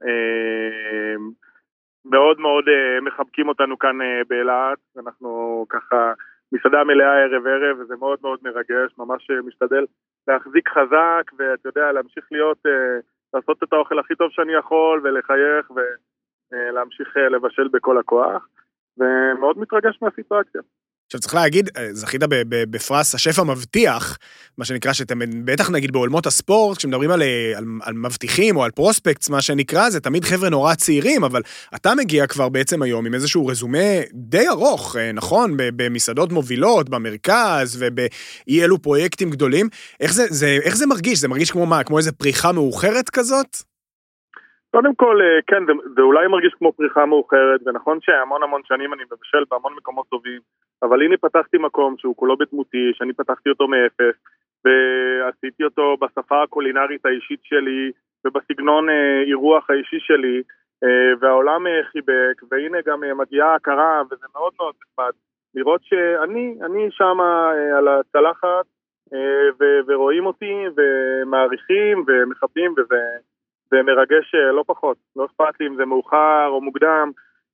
מאוד מאוד מחבקים אותנו כאן באילת, אנחנו ככה מסעדה מלאה ערב, וזה מאוד מאוד מרגש, ממש משתדל להחזיק חזק, ואתה יודע, להמשיך לעשות את האוכל הכי טוב שאני יכול, ולחייך, ולהמשיך לבשל בכל הכוח, ומאוד מתרגש מהסיטואציה. עכשיו צריך להגיד, זכית בפרס השף המבטיח, מה שנקרא שאתם בטח נגיד בעולמות הספורט, כשמדברים על מבטיחים או על פרוספקטס, מה שנקרא, זה תמיד חבר'ה נורא צעירים, אבל אתה מגיע כבר בעצם היום עם איזשהו רזומה די ארוך, נכון? במסעדות מובילות, במרכז, ובאי אלו פרויקטים גדולים. איך זה מרגיש? זה מרגיש כמו מה? כמו איזו פריחה מאוחרת כזאת? קודם כל, כן, זה אולי מרגיש כמו פריחה מאוחרת, ונכון שהמון המון שנים אני מבשל בהמון מקומות טובים, אבל הנה פתחתי מקום שהוא כולו בדמותי, שאני פתחתי אותו מאפס, ועשיתי אותו בשפה הקולינרית האישית שלי, ובסגנון אירוח האישי שלי, והעולם חיבק, והנה גם מגיעה הכרה, וזה מאוד מאוד נחמד, לראות שאני שם על הצלחת, ורואים אותי, ומעריכים, ומכבדים, זה מרגש לא פחות, לא אכפת לי אם זה מאוחר או מוקדם,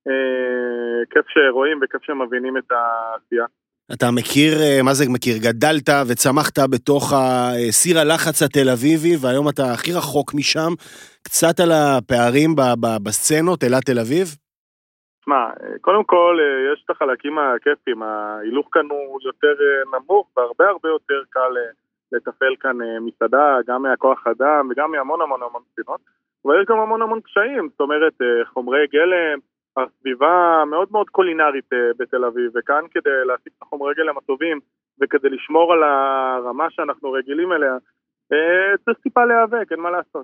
כיף שרואים וכיף שמבינים את העשייה. אתה מכיר, מה זה מכיר? גדלת וצמחת בתוך סיר הלחץ התל אביבי, והיום אתה הכי רחוק משם, קצת על הפערים בסצנות, אלת תל אביב? תשמע, קודם כל יש את החלקים הכיפים, ההילוך כאן הוא יותר נמוך, והרבה הרבה יותר קל לטפל כאן מסעדה, גם מהכוח אדם וגם מהמון המון המון ספינות, אבל יש גם המון המון קשיים, זאת אומרת חומרי גלם, הסביבה מאוד מאוד קולינרית בתל אביב, וכאן כדי להשיג את החומרי גלם הטובים, וכדי לשמור על הרמה שאנחנו רגילים אליה, צריך טיפה להיאבק, אין מה לעשות.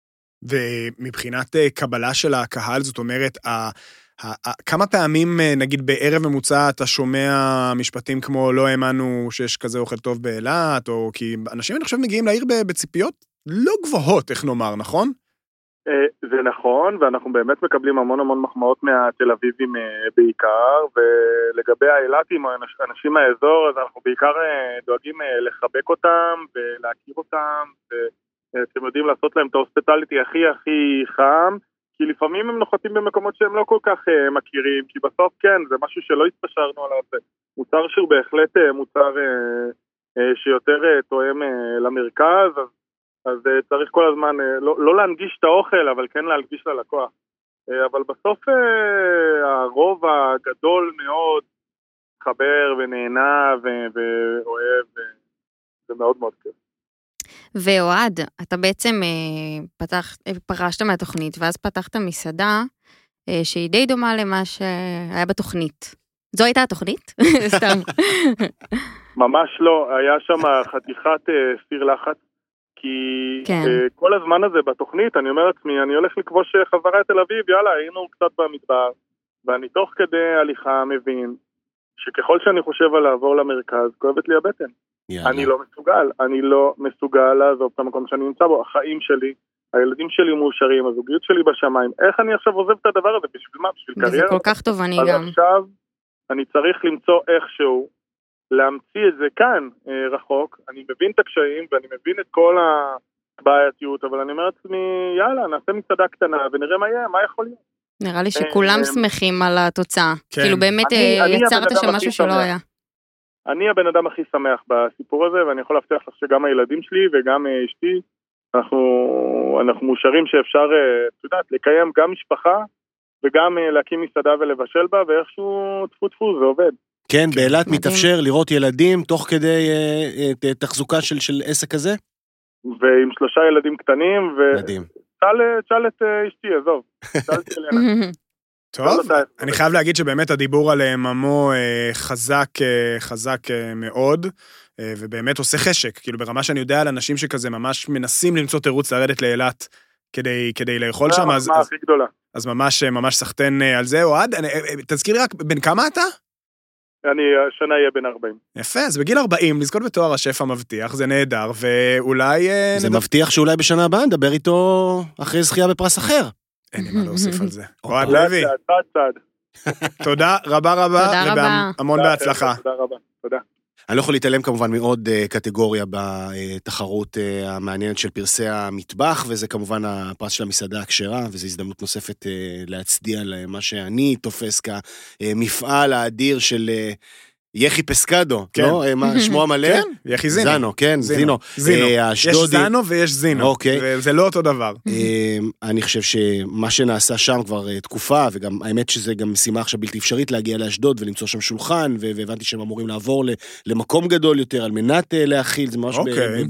ומבחינת קבלה של הקהל, זאת אומרת, כמה פעמים, נגיד בערב ממוצע, אתה שומע משפטים כמו לא האמנו שיש כזה אוכל טוב באילת, או כי אנשים אני חושב מגיעים לעיר בציפיות לא גבוהות, איך נאמר, נכון? זה נכון, ואנחנו באמת מקבלים המון המון מחמאות מהתל אביבים בעיקר, ולגבי האילתים או אנשים מהאזור, אז אנחנו בעיקר דואגים לחבק אותם ולהכיר אותם, ואתם יודעים לעשות להם את ההוספיטליטי הכי הכי חם, כי לפעמים הם נוחתים במקומות שהם לא כל כך מכירים, כי בסוף כן, זה משהו שלא התפשרנו עליו, זה מוצר שהוא בהחלט מוצר שיותר תואם למרכז, אז צריך כל הזמן, לא להנגיש את האוכל, אבל כן להנגיש ללקוח. אבל בסוף הרוב הגדול מאוד, מתחבר ונהנה ואוהב, זה מאוד מאוד כיף. ואוהד, אתה בעצם פרשת מהתוכנית, ואז פתחת מסעדה שהיא די דומה למה שהיה בתוכנית. זו הייתה התוכנית? סתם. ממש לא, היה שם חתיכת סיר לחץ, כי כל הזמן הזה בתוכנית, אני אומר לעצמי, אני הולך לכבוש חזרה את תל אביב, יאללה, היינו קצת במדבר, ואני תוך כדי הליכה מבין, שככל שאני חושב על לעבור למרכז, כואבת לי הבטן. אני לא מסוגל לעזוב את המקום שאני נמצא בו, החיים שלי, הילדים שלי מאושרים, הזוגיות שלי בשמיים, איך אני עכשיו עוזב את הדבר הזה, בשביל מה? בשביל קריירה? זה כל כך טוב, אני גם. אז עכשיו, אני צריך למצוא איכשהו, להמציא את זה כאן רחוק, אני מבין את הקשיים, ואני מבין את כל הבעייתיות, אבל אני אומר לעצמי, יאללה, נעשה מצעדה קטנה, ונראה מה יהיה, מה יכול להיות. נראה לי שכולם שמחים על התוצאה. כאילו באמת יצרת שם משהו שלא היה. אני הבן אדם הכי שמח בסיפור הזה, ואני יכול להבטיח לך שגם הילדים שלי וגם אשתי, אנחנו מאושרים שאפשר, את יודעת, לקיים גם משפחה, וגם להקים מסעדה ולבשל בה, ואיכשהו טפו זה עובד. כן, באילת מתאפשר לראות ילדים תוך כדי תחזוקה של עסק כזה? ועם 3 ילדים קטנים, ותשאל את אשתי, עזוב. טוב, אני חייב להגיד שבאמת הדיבור על ממו חזק מאוד, ובאמת עושה חשק, כאילו ברמה שאני יודע על אנשים שכזה ממש מנסים למצוא תירוץ לרדת לאילת כדי לאכול שם, אז ממש סחטן על זה. אוהד, תזכירי רק, בן כמה אתה? אני השנה יהיה בן 40. יפה, אז בגיל 40, לזכות בתואר השף המבטיח, זה נהדר, ואולי... זה מבטיח שאולי בשנה הבאה נדבר איתו אחרי זכייה בפרס אחר. אין לי מה להוסיף על זה. אוהד לוי. תודה רבה, והמון בהצלחה. תודה רבה, תודה. אני לא יכול להתעלם כמובן מעוד קטגוריה בתחרות המעניינת של פרסי המטבח, וזה כמובן הפרס של המסעדה הכשרה, וזו הזדמנות נוספת להצדיע למה שאני תופס כמפעל האדיר של... יחי פסקדו, לא? מה שמו המלא? כן, יחי זינו. זנו, כן, זינו. יש זנו ויש זינו, וזה לא אותו דבר. אני חושב שמה שנעשה שם כבר תקופה, וגם האמת שזה גם משימה עכשיו בלתי אפשרית להגיע לאשדוד ולמצוא שם שולחן, והבנתי שהם אמורים לעבור למקום גדול יותר על מנת להכיל, זה ממש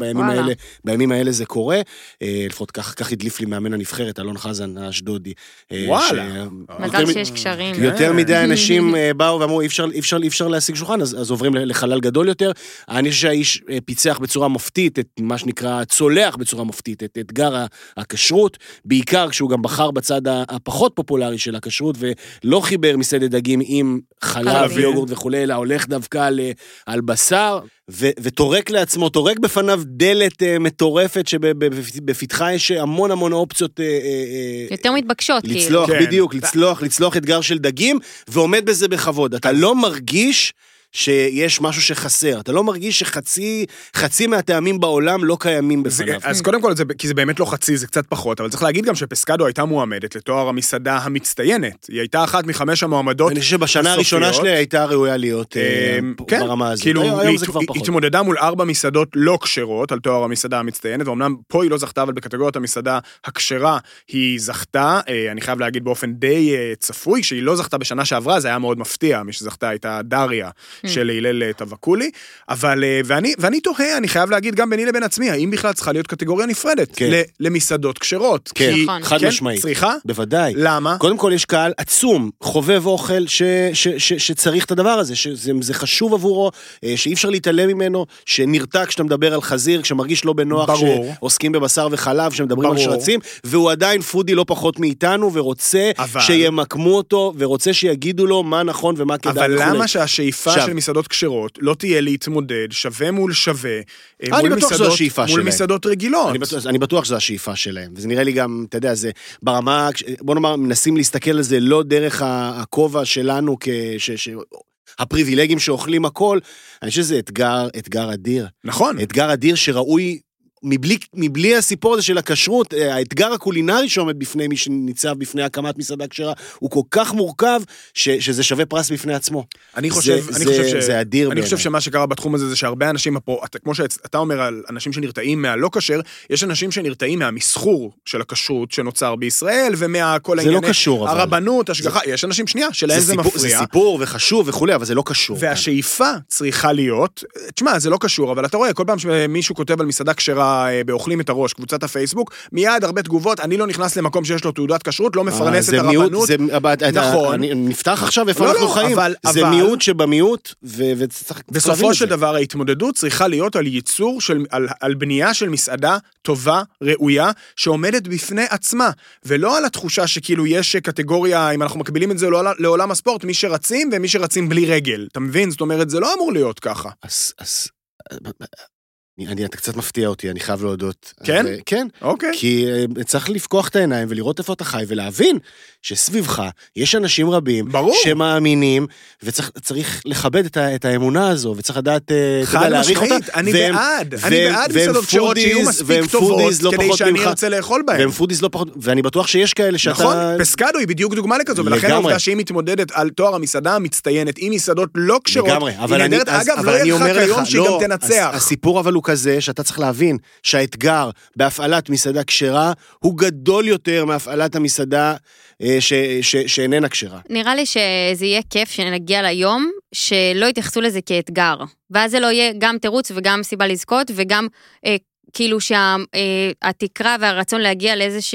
בימים האלה זה קורה, לפחות כך הדליף לי מאמן הנבחרת, אלון חזן האשדודי. וואלה. מזל שיש קשרים. יותר מדי אנשים באו ואמרו, אי אפשר להשיג שולחן, אז עוברים לחלל גדול יותר. אני חושב שהאיש פיצח בצורה מופתית, את מה שנקרא צולח בצורה מופתית, את אתגר הכשרות, בעיקר כשהוא גם בחר בצד הפחות פופולרי של הכשרות, ולא חיבר מסעדת דגים עם חלב ויוגורט וכו', אלא הולך דווקא על בשר, ותורק לעצמו, תורק בפניו דלת מטורפת, שבפתחה יש המון אופציות. יותר מתבקשות. לצלוח, בדיוק, לצלוח אתגר של דגים, ועומד בזה בכבוד. אתה לא מרגיש שיש משהו שחסר. אתה לא מרגיש שחצי מהטעמים בעולם לא קיימים בפניו. אז קודם כל, כי זה באמת לא חצי, זה קצת פחות, אבל צריך להגיד גם שפסקדו הייתה מועמדת לתואר המסעדה המצטיינת. היא הייתה אחת מ5 המועמדות. אני חושב שבשנה הראשונה שלי הייתה ראויה להיות ברמה הזאת. כאילו, היא התמודדה מול 4 מסעדות לא כשרות על תואר המסעדה המצטיינת, ואומנם פה היא לא זכתה, אבל בקטגוריות המסעדה הכשרה היא זכתה. אני חייב להגיד באופן די צפוי, שהיא לא זכתה בשנה שעברה, זה היה מאוד מפתיע, מי שזכתה הייתה דריה של הילל תבקולי, אבל, ואני תוהה, אני חייב להגיד גם ביני לבין עצמי, האם בכלל צריכה להיות קטגוריה נפרדת למסעדות כשרות? כן, חד משמעית. צריכה? בוודאי. למה? קודם כל יש קהל עצום, חובב אוכל, שצריך את הדבר הזה, שזה חשוב עבורו, שאי אפשר להתעלם ממנו, שנרתק כשאתה מדבר על חזיר, כשמרגיש לא בנוח, שעוסקים בבשר וחלב, שמדברים על שרצים, והוא עדיין פודי לא פחות מאיתנו, ורוצה שימקמו אותו, ורוצה שיגידו לו מה נכון ומה כדאי. אבל למה שהשאיפה של מסעדות כשרות לא תהיה להתמודד שווה מול שווה, מול מסעדות רגילות? אני בטוח שזו השאיפה שלהם, וזה נראה לי גם, אתה יודע, זה ברמה, בוא נאמר, מנסים להסתכל על זה לא דרך הכובע שלנו, הפריבילגים שאוכלים הכל, אני חושב שזה אתגר אדיר. נכון. אתגר אדיר שראוי מבלי הסיפור הזה של הכשרות, האתגר הקולינרי שעומד בפני מי שניצב בפני הקמת מסעדה כשרה, הוא כל כך מורכב, שזה שווה פרס בפני עצמו. זה אדיר. אני חושב שמה שקרה בתחום הזה, זה שהרבה אנשים, כמו שאתה אומר על אנשים שנרתעים מהלא כשר, יש אנשים שנרתעים מהמסחור של הכשרות שנוצר בישראל, ומהכל הענייני, הרבנות, השגחה, יש אנשים שנייה, שלהם זה מפריע. זה סיפור וחשוב וכולי, אבל זה לא קשור. והשאיפה צריכה להיות, תשמע, זה לא קשור, אבל אתה רואה, כל פעם שמישהו כותב על מסעדה כשרה באוכלים את הראש, קבוצת הפייסבוק, מיד הרבה תגובות, אני לא נכנס למקום שיש לו תעודת כשרות, לא מפרנס את הרבנות. נכון. נפתח עכשיו איפה אנחנו חיים. זה מיעוט שבמיעוט, בסופו של דבר ההתמודדות צריכה להיות על ייצור, על בנייה של מסעדה טובה, ראויה, שעומדת בפני עצמה, ולא על התחושה שכאילו יש קטגוריה, אם אנחנו מקבילים את זה לעולם הספורט, מי שרצים ומי שרצים בלי רגל. אתה מבין? זאת אומרת, זה לא אמור להיות ככה. אתה קצת מפתיע אותי, אני חייב להודות. כן? כן. אוקיי. כי צריך לפקוח את העיניים ולראות איפה אתה חי, ולהבין שסביבך יש אנשים רבים שמאמינים, וצריך לכבד את האמונה הזו, וצריך לדעת להעריך אותה. אני בעד מסעדות כשרות שיהיו מספיק טובות, כדי שאני ארצה לאכול בהן. והם פודיז לא פחות, ואני בטוח שיש כאלה שאתה... נכון, פסקדו היא בדיוק דוגמה לכזו, ולכן העובדה שהיא מתמודדת על תואר המסעדה המצטיינת, עם מסעדות לא כשרות, היא נהדרת, אגב, לא ירחק היום שהיא גם תנצח. הסיפור אבל הוא כזה שאתה צריך להבין שהאתגר בהפעלת מסעדה כשרה הוא גדול יותר מהפעלת המסעדה שאיננה כשרה. נראה לי שזה יהיה כיף שנגיע ליום שלא יתייחסו לזה כאתגר, ואז זה לא יהיה גם תירוץ וגם סיבה לזכות, וגם כאילו שהתקרה והרצון להגיע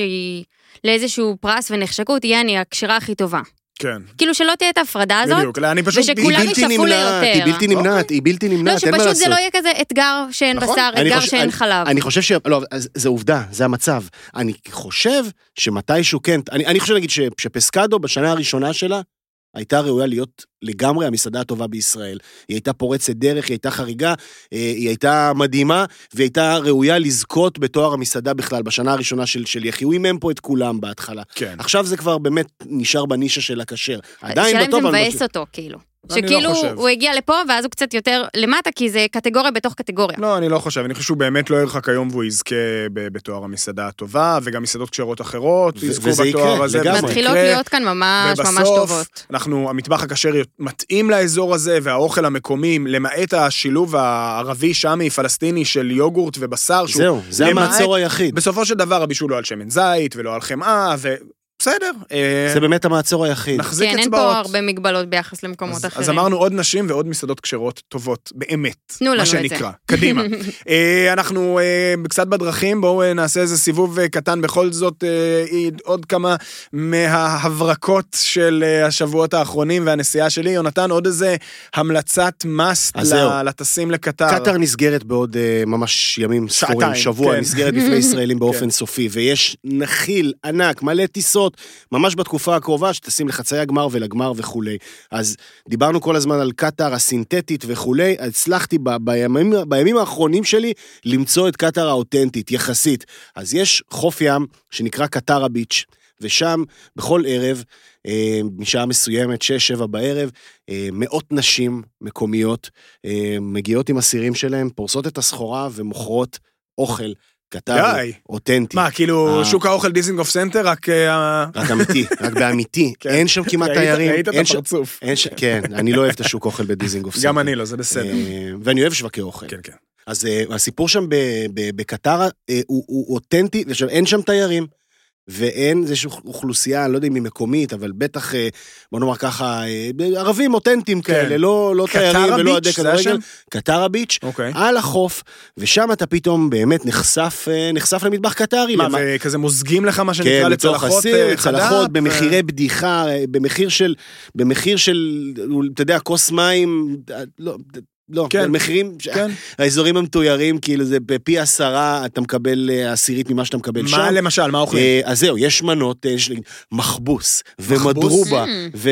לאיזשהו פרס ונחשקות יהיה אני הכשרה הכי טובה. כן. כאילו שלא תהיה את ההפרדה הזאת, בדיוק, אני פשוט... ושכולם ישאפו ליותר. היא בלתי נמנעת, היא בלתי נמנעת, אין מה לעשות. לא, שפשוט זה לא יהיה כזה אתגר שאין בשר, אתגר שאין חלב. אני חושב לא, זה עובדה, זה המצב. אני חושב שמתישהו כן, אני חושב להגיד שפסקדו בשנה הראשונה שלה, הייתה ראויה להיות לגמרי המסעדה הטובה בישראל. היא הייתה פורצת דרך, היא הייתה חריגה, היא הייתה מדהימה, והיא הייתה ראויה לזכות בתואר המסעדה בכלל, בשנה הראשונה של יחי. הוא אימם פה את כולם בהתחלה. כן. עכשיו זה כבר באמת נשאר בנישה של הכשר. עדיין בטוב... השאלה אם זה מבאס אותו, כאילו. שכאילו הוא הגיע לפה, ואז הוא קצת יותר למטה, כי זה קטגוריה בתוך קטגוריה. לא, אני לא חושב. אני חושב שהוא באמת לא ירחק היום, והוא יזכה בתואר המסעדה הטובה, וגם מסעדות כשרות אחרות, יזכו בתואר הזה. מתחילות להיות כאן ממש ממש טובות. המטבח הכשר מתאים לאזור הזה, והאוכל המקומי, למעט השילוב הערבי, שמי, פלסטיני של יוגורט ובשר, זהו, זה המעצור היחיד. בסופו של דבר, הבישול לא על שמן זית, ולא על חמאה, בסדר. זה באמת המעצור היחיד. נחזיק אצבעות. כן, אין פה הרבה מגבלות ביחס למקומות אחרים. אז אמרנו עוד נשים ועוד מסעדות כשרות טובות, באמת. תנו לנו את זה. מה שנקרא. קדימה. אנחנו קצת בדרכים, בואו נעשה איזה סיבוב קטן, בכל זאת עוד כמה מההברקות של השבועות האחרונים והנסיעה שלי. יונתן, עוד איזה המלצת מסט לטסים לקטר. קטר נסגרת בעוד ממש ימים ספורים, שבוע, נסגרת בפני ישראלים באופן סופי, ויש נחיל ענק, מלא טיסות, ממש בתקופה הקרובה, שתשים לחצי הגמר ולגמר וכולי. אז דיברנו כל הזמן על קטר הסינתטית וכולי, הצלחתי בימים האחרונים שלי למצוא את קטר האותנטית, יחסית. אז יש חוף ים שנקרא קטרה ביץ', ושם בכל ערב, משעה מסוימת, 6-7 בערב, מאות נשים מקומיות מגיעות עם הסירים שלהם, פורסות את הסחורה ומוכרות אוכל קטרי, אותנטי. מה, כאילו שוק האוכל דיזינגוף סנטר, רק אמיתי, רק באמיתי. אין שם כמעט תיירים. ראית את הפרצוף. כן, אני לא אוהב את השוק האוכל בדיזינגוף סנטר. גם אני לא, זה בסדר. ואני אוהב שווקי אוכל. כן, כן. אז הסיפור שם בקטרה הוא אותנטי, אין שם תיירים. ואין איזושהי אוכלוסייה, אני לא יודע אם היא מקומית, אבל בטח, בוא נאמר ככה, ערבים אותנטיים כאלה, לא תיירים ולא עדי כדורגל, קטרה ביץ', על החוף, ושם אתה פתאום באמת נחשף למטבח קטרי. מה, וכזה מוזגים לך מה שנקרא לצלחות צלחות, במחירי בדיחה, במחיר של, אתה יודע, כוס מים, לא, במחירים, האזורים המתוירים, כאילו זה בפי 10, אתה מקבל 10 ממה שאתה מקבל שם. מה למשל, מה אוכלים? אז זהו, יש מנות, יש מחבוס, ומדרובה,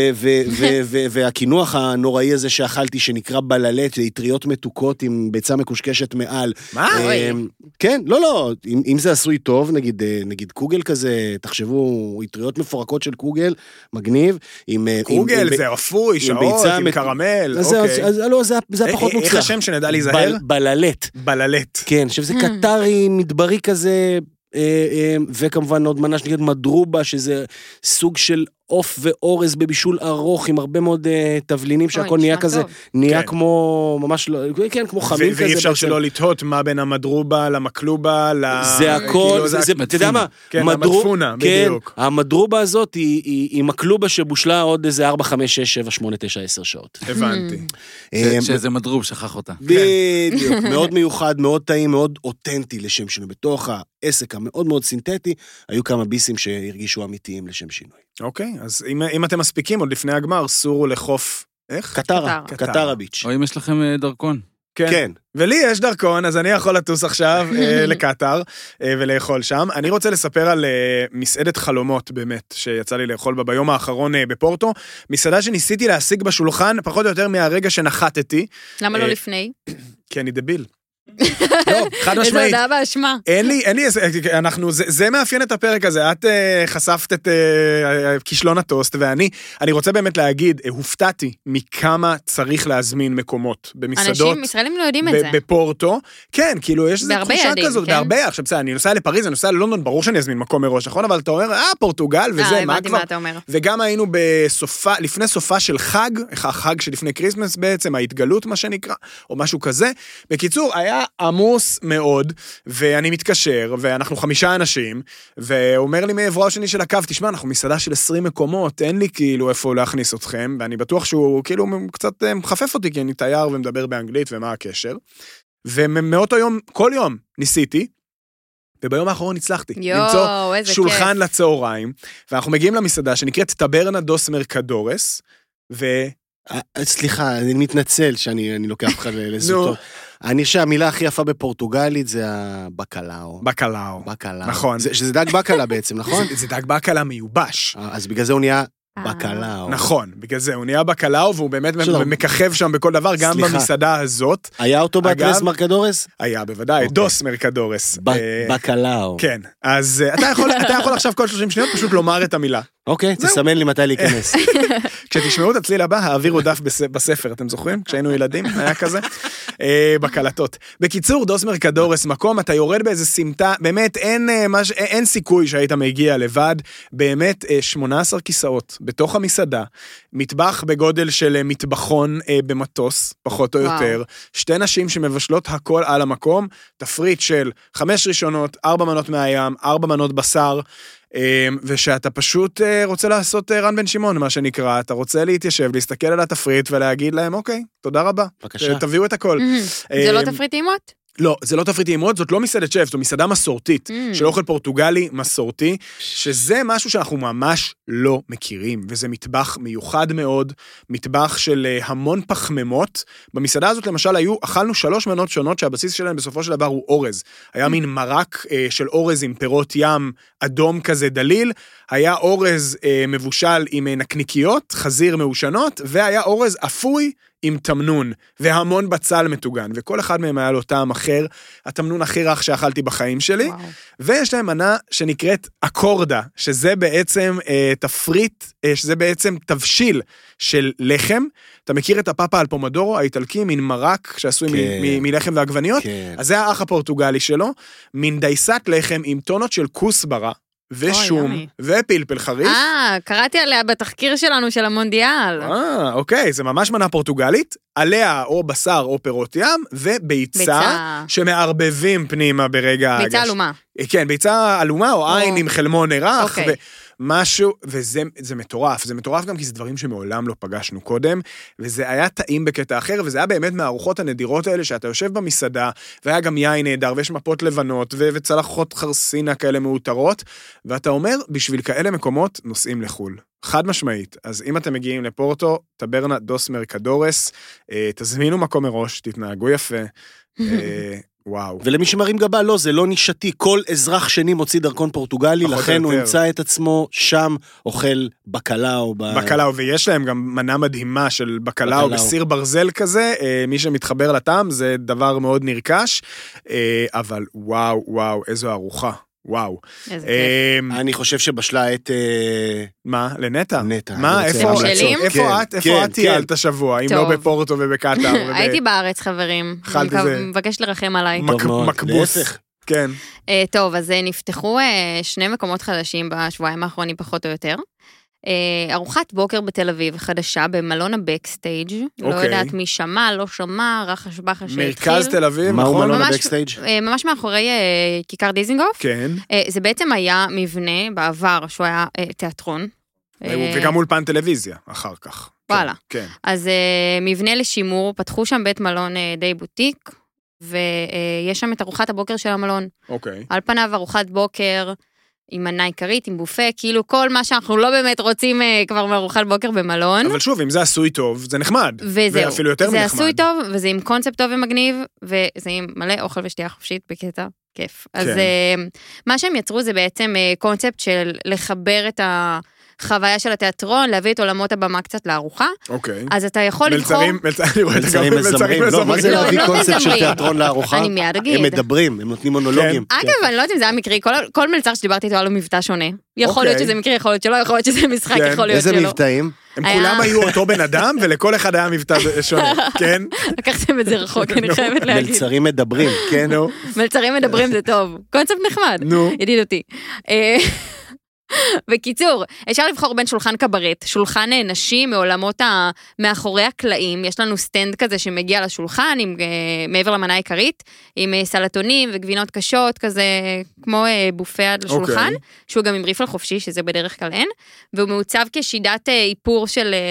והכינוח הנוראי הזה שאכלתי, שנקרא בללט, יטריות מתוקות עם ביצה מקושקשת מעל. מה? כן, לא, אם זה עשוי טוב, נגיד קוגל כזה, תחשבו, יטריות מפורקות של קוגל, מגניב, קוגל זה אפוי, שעות, עם קרמל, אוקיי. לא, זה הפחות מאוד מוצלח. איך השם שנדע להיזהר? בללט. בללט. כן, עכשיו זה קטרי מדברי כזה, וכמובן עוד מנה שנקראת מדרובה, שזה סוג של עוף ואורז בבישול ארוך, עם הרבה מאוד תבלינים, שהכל נהיה כזה, נהיה כמו, ממש לא, כן, כמו חמים כזה. ואי אפשר שלא לתהות מה בין המדרובה למקלובה, זה הכל, אתה יודע מה? כן, המדפונה, בדיוק. המדרובה הזאת היא מקלובה שבושלה עוד איזה 4, 5, 6, 7, 8, 9, 10 שעות. הבנתי. שזה מדרוב, שכח אותה. בדיוק, מאוד מיוחד, מאוד טעים, מאוד אותנטי לשם שינוי. בתוך העסק המאוד מאוד סינתטי, היו כמה ביסים שהרגישו אמיתיים לשם שינוי. אוקיי, אז אם אתם מספיקים עוד לפני הגמר, סורו לחוף, איך? קטרה ביץ'. או אם יש לכם דרכון. כן. ולי יש דרכון, אז אני יכול לטוס עכשיו לקטר ולאכול שם. אני רוצה לספר על מסעדת חלומות, באמת, שיצא לי לאכול בה ביום האחרון בפורטו. מסעדה שניסיתי להשיג בשולחן, פחות או יותר מהרגע שנחתתי. למה לא לפני? כי אני דביל. לא, חד משמעית. איזה הודעה באשמה. אין לי, זה מאפיין את הפרק הזה, את חשפת את כישלון הטוסט, ואני רוצה באמת להגיד, הופתעתי מכמה צריך להזמין מקומות במסעדות. אנשים ישראלים לא יודעים את זה. בפורטו, כן, כאילו יש איזו תחושה כזאת, כן? בהרבה, עכשיו בסדר, אני נוסע לפריז, אני נוסע ללונדון, ברור שאני אזמין מקום מראש, נכון? אבל אתה אומר, פורטוגל, וזה, מה כבר? וגם היינו לפני סופה של חג, החג שלפני קריסמס בעצם, ההתגלות מה שנקרא, או משהו כזה. בקיצור, היה עמוס מאוד, ואני מתקשר, ואנחנו 5 אנשים, ואומר לי מעברו השני של הקו, תשמע, אנחנו מסעדה של 20 מקומות, אין לי כאילו איפה להכניס אתכם, ואני בטוח שהוא כאילו קצת מחפף אותי, כי אני תייר ומדבר באנגלית, ומה הקשר. ומאותו יום, כל יום ניסיתי, וביום האחרון הצלחתי למצוא שולחן לצהריים, ואנחנו מגיעים למסעדה שנקראת טברנה דוס מרקדורס, סליחה, אני מתנצל שאני לוקח אותך לזוטות. אני חושב שהמילה הכי יפה בפורטוגלית זה הבקלאו. בקלאו. נכון. שזה דג בקלה בעצם, נכון? זה דג בקלה מיובש. אז בגלל זה הוא נהיה בקלאו. נכון, בגלל זה הוא נהיה בקלאו, והוא באמת מככב שם בכל דבר, גם במסעדה הזאת. היה אותו בטרס מרקדורס? היה, בוודאי, דוס מרקדורס. בקלאו. כן, אז אתה יכול עכשיו כל 30 שניות פשוט לומר את המילה. אוקיי, תסמן לי מתי להיכנס. כשתשמעו את הצליל הבא, העבירו דף בספר, אתם זוכרים? כשהיינו ילדים, היה כזה. בקלטות. בקיצור, דוס מרקדורס, מקום, אתה יורד באיזה סמטה, באמת אין סיכוי שהיית מגיע לבד, באמת 18 כיסאות בתוך המסעדה, מטבח בגודל של מטבחון במטוס, פחות או יותר, 2 נשים שמבשלות הכל על המקום, תפריט של 5 ראשונות, 4 מנות מהים, 4 מנות בשר, ושאתה פשוט רוצה לעשות רן בן שמעון, מה שנקרא, אתה רוצה להתיישב, להסתכל על התפריט ולהגיד להם, אוקיי, תודה רבה. בבקשה. תביאו את הכל. זה לא תפריט טעימות? לא, זה לא תפריט טעימות, זאת לא מסעדת שף, זו מסעדה מסורתית, של אוכל פורטוגלי מסורתי, שזה משהו שאנחנו ממש לא מכירים, וזה מטבח מיוחד מאוד, מטבח של המון פחמימות. במסעדה הזאת למשל אכלנו 3 מנות שונות, שהבסיס שלהן בסופו של דבר הוא אורז. היה מין מרק של אורז עם פירות ים אדום כזה דליל, היה אורז מבושל עם נקניקיות, חזיר מעושנות, והיה אורז אפוי עם תמנון, והמון בצל מטוגן, וכל אחד מהם היה לו טעם אחר, התמנון הכי רך שאכלתי בחיים שלי, וואו. ויש להם מנה שנקראת אקורדה, שזה בעצם תפריט, שזה בעצם תבשיל של לחם, אתה מכיר את הפאפה על פומדורו, האיטלקי, מין מרק שעשוי כן. מלחם ועגבניות, כן. אז זה האח הפורטוגלי שלו, מין דייסת לחם עם טונות של כוסברה, ושום, ופלפל חריף. קראתי עליה בתחקיר שלנו של המונדיאל. אוקיי, זה ממש מנה פורטוגלית, עליה או בשר או פירות ים, וביצה שמערבבים פנימה ברגע ההגש. ביצה אלומה. כן, ביצה אלומה או עין עם חלמון נרח, משהו, וזה מטורף, זה מטורף גם כי זה דברים שמעולם לא פגשנו קודם, וזה היה טעים בקטע אחר, וזה היה באמת מהארוחות הנדירות האלה, שאתה יושב במסעדה, והיה גם יין נהדר, ויש מפות לבנות, וצלחות חרסינה כאלה מאותרות, ואתה אומר, בשביל כאלה מקומות, נוסעים לחול. חד משמעית. אז אם אתם מגיעים לפורטו, טברנה דוס מרקדורס, תזמינו מקום מראש, תתנהגו יפה, וואו. ולמי שמרים גבה, לא, זה לא נישתי. כל אזרח שני מוציא דרכון פורטוגלי, לכן הוא ימצא את עצמו שם, אוכל בקלאו. בקלאו, ויש להם גם מנה מדהימה של בקלאו בסיר ברזל כזה, מי שמתחבר לטעם, זה דבר מאוד נרכש, אבל וואו, וואו, איזו ארוחה. וואו. איזה כיף. אני חושב שבשלה עת... מה? לנטע? נטע. מה? איפה את טיילת השבוע, אם לא בפורטו ובקטר? הייתי בארץ, חברים. אני מבקש לרחם עליי. מקבוס. כן. טוב, אז נפתחו 2 מקומות חדשים בשבועיים האחרונים, פחות או יותר. ארוחת בוקר בתל אביב, חדשה, במלון הבקסטייג'. לא יודעת מי שמע, לא שמע, רחש בחש שהתחיל. מרכז תל אביב, מהו מלון הבקסטייג'? ממש מאחורי כיכר דיזינגוף. כן. זה בעצם היה מבנה בעבר, שהוא היה תיאטרון. וגם אולפן טלוויזיה, אחר כך. וואלה. כן. אז מבנה לשימור, פתחו שם בית מלון די בוטיק, ויש שם את ארוחת הבוקר של המלון. אוקיי. על פניו ארוחת בוקר, עם מנה עיקרית, עם בופה, כאילו כל מה שאנחנו לא באמת רוצים כבר מארוחת בוקר במלון. אבל שוב, אם זה עשוי טוב, זה נחמד. וזהו. ואפילו יותר זה מנחמד. עשוי טוב, וזה עם קונספט טוב ומגניב, וזה עם מלא אוכל ושתייה חופשית בקטע כיף. אז מה שהם יצרו זה בעצם קונספט של לחבר את החוויה של התיאטרון, להביא את עולמות הבמה קצת לארוחה. אוקיי. אז אתה יכול לבחור... מלצרים מזמרים. לא, מה זה להביא קונספט של תיאטרון לארוחה? אני מיד אגיד. הם מדברים, הם נותנים מונולוגים. אגב, אני לא יודעת אם זה היה מקרי, כל מלצר שדיברתי איתו היה לו מבטא שונה. יכול להיות שזה מקרי, יכול להיות שלא, יכול להיות שזה משחק, יכול להיות שלא. איזה מבטאים? הם כולם היו אותו בן אדם, ולכל אחד היה מבטא שונה, כן? לקחתם את זה רחוק, אני חייבת להגיד. מלצרים מדברים, כן? מלצרים מדברים זה טוב. קונספט נחמד. ידידותי. בקיצור, אפשר לבחור בין שולחן קברט, שולחן נשים מעולמות מאחורי הקלעים, יש לנו סטנד כזה שמגיע לשולחן, מעבר למנה העיקרית, עם סלטונים וגבינות קשות, כזה כמו בופה עד לשולחן, שהוא גם עם ריפל חופשי, שזה בדרך כלל אין, והוא מעוצב כשידת איפור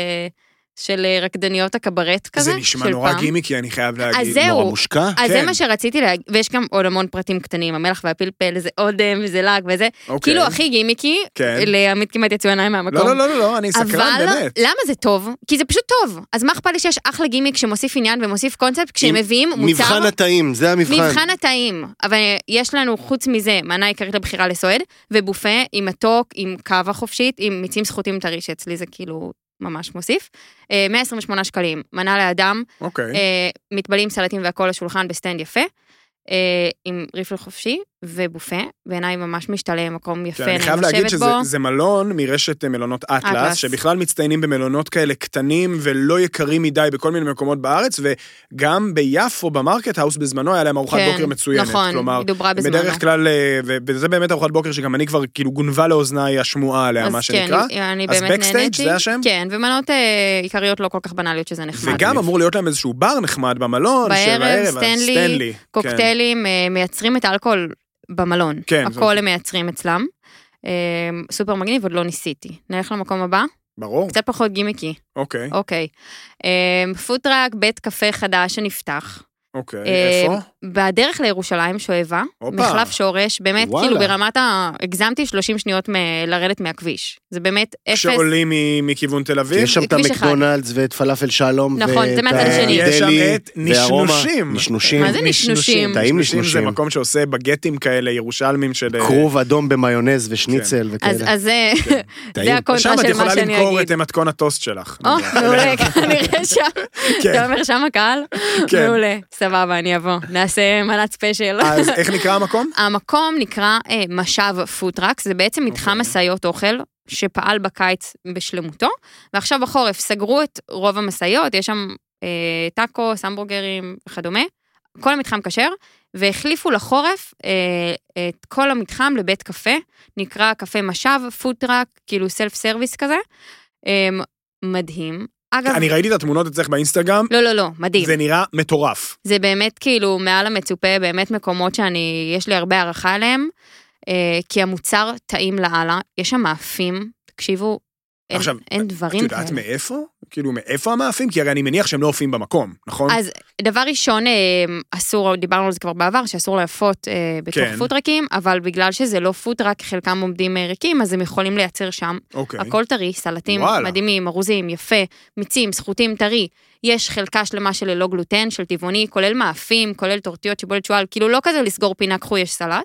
של רקדניות הקברט כזה. זה נשמע נורא גימיקי, אני חייב להגיד. אז זהו, נורא מושקע. אז זה מה שרציתי להגיד, ויש גם עוד המון פרטים קטנים, המלח והפלפל, זה אודם וזה לק וזה, כאילו הכי גימיקי, לעמית כמעט יצאו עיניים מהמקום. לא, אני סקרן באמת. אבל למה זה טוב? כי זה פשוט טוב. אז מה אכפת לי שיש אחלה גימיק שמוסיף עניין ומוסיף קונספט, כשהם מביאים מוצר... מבחן הטעים, זה המבחן. מבחן הטעים. אבל יש לנו חוץ מזה, מנה עיקרית לבחירה לסועד, ובופה עם מתוק, עם קאבה חופשית, עם מיצים סחוטים טרי, שאצלי זה כאילו ממש מוסיף. 128 שקלים, מנה לאדם, מתבלים סלטים והכל לשולחן בסטנד יפה, עם ריפל חופשי ובופה, בעיניי ממש משתלם, מקום יפה, אני חייב להגיד שזה מלון מרשת מלונות אטלס, שבכלל מצטיינים במלונות כאלה קטנים ולא יקרים מדי בכל מיני מקומות בארץ, וגם ביפו במרקט האוס בזמנו היה להם ארוחת בוקר מצוינת. נכון, דוברה בזמנו. בדרך כלל, וזה באמת ארוחת בוקר שגם אני כבר כאילו גונבה לאוזניי השמועה עליה, מה שנקרא. אז בקסטייג' זה השם? כן, ומנות עיקריות לא כל כך בנאליות שזה נחמד. וגם אמור להיות להם איזשהו בר נחמד במלון, בערב, סטנלי, קוקטיילים, מייצרים את האלכוהול במלון. הכל הם מייצרים אצלם. סופר מגניב, עוד לא ניסיתי. נלך למקום הבא? ברור. קצת פחות גימיקי. אוקיי. פוטראק, בית קפה חדש שנפתח. אוקיי, איפה? בדרך לירושלים שואבה, מחלף שורש, באמת כאילו ברמת הגזמתי 30 שניות לרדת מהכביש. זה באמת אפס. כשעולים מכיוון תל אביב? יש שם את המקדונלדס ואת פלאפל שלום. נכון, זה מהצד השני. יש שם את נשנושים. נשנושים. מה זה נשנושים? טעים נשנושים. זה מקום שעושה בגטים כאלה, ירושלמים של... כרוב אדום במיונז ושניצל וכאלה. אז זה הקונטרה של מה שאני אגיד. שם את יכולה למכור את מתכון הטוסט שלך. מעולה, כנראה שם. אתה אומר שם הקהל? מעולה. סבבה, אני אבוא. נעשה מנת ספיישל. אז איך נקרא המקום? המקום נקרא משב פוטראקס, זה בעצם מתחם מסעיות אוכל, שפעל בקיץ בשלמותו, ועכשיו בחורף סגרו את רוב המסעיות, יש שם טאקו, סמבורגרים וכדומה, כל המתחם כשר, והחליפו לחורף את כל המתחם לבית קפה, נקרא קפה משב, פוטראק, כאילו סלף סרוויס כזה, מדהים. אגב, אני ראיתי את התמונות אצלך באינסטגרם. לא, מדהים. זה נראה מטורף. זה באמת כאילו מעל המצופה, באמת מקומות יש לי הרבה הערכה עליהם, כי המוצר טעים לאללה, יש שם מאפים, תקשיבו, אין דברים כאלה. את יודעת מאיפה? כאילו מאיפה המאפים? כי הרי אני מניח שהם לא אופים במקום, נכון? אז דבר ראשון, אסור, דיברנו על זה כבר בעבר, שאסור להפות בתוך פוטרקים, אבל בגלל שזה לא פוטרק, חלקם עומדים ריקים, אז הם יכולים לייצר שם. הכל טרי, סלטים מדהימים, ארוזים, יפה, מיצים, סחוטים טרי. יש חלקה שלמה של ללא גלוטן, של טבעוני, כולל מאפים, כולל טורטיות, שיבולת שועל, כאילו לא כזה לסגור פינה, קחו, יש סלט.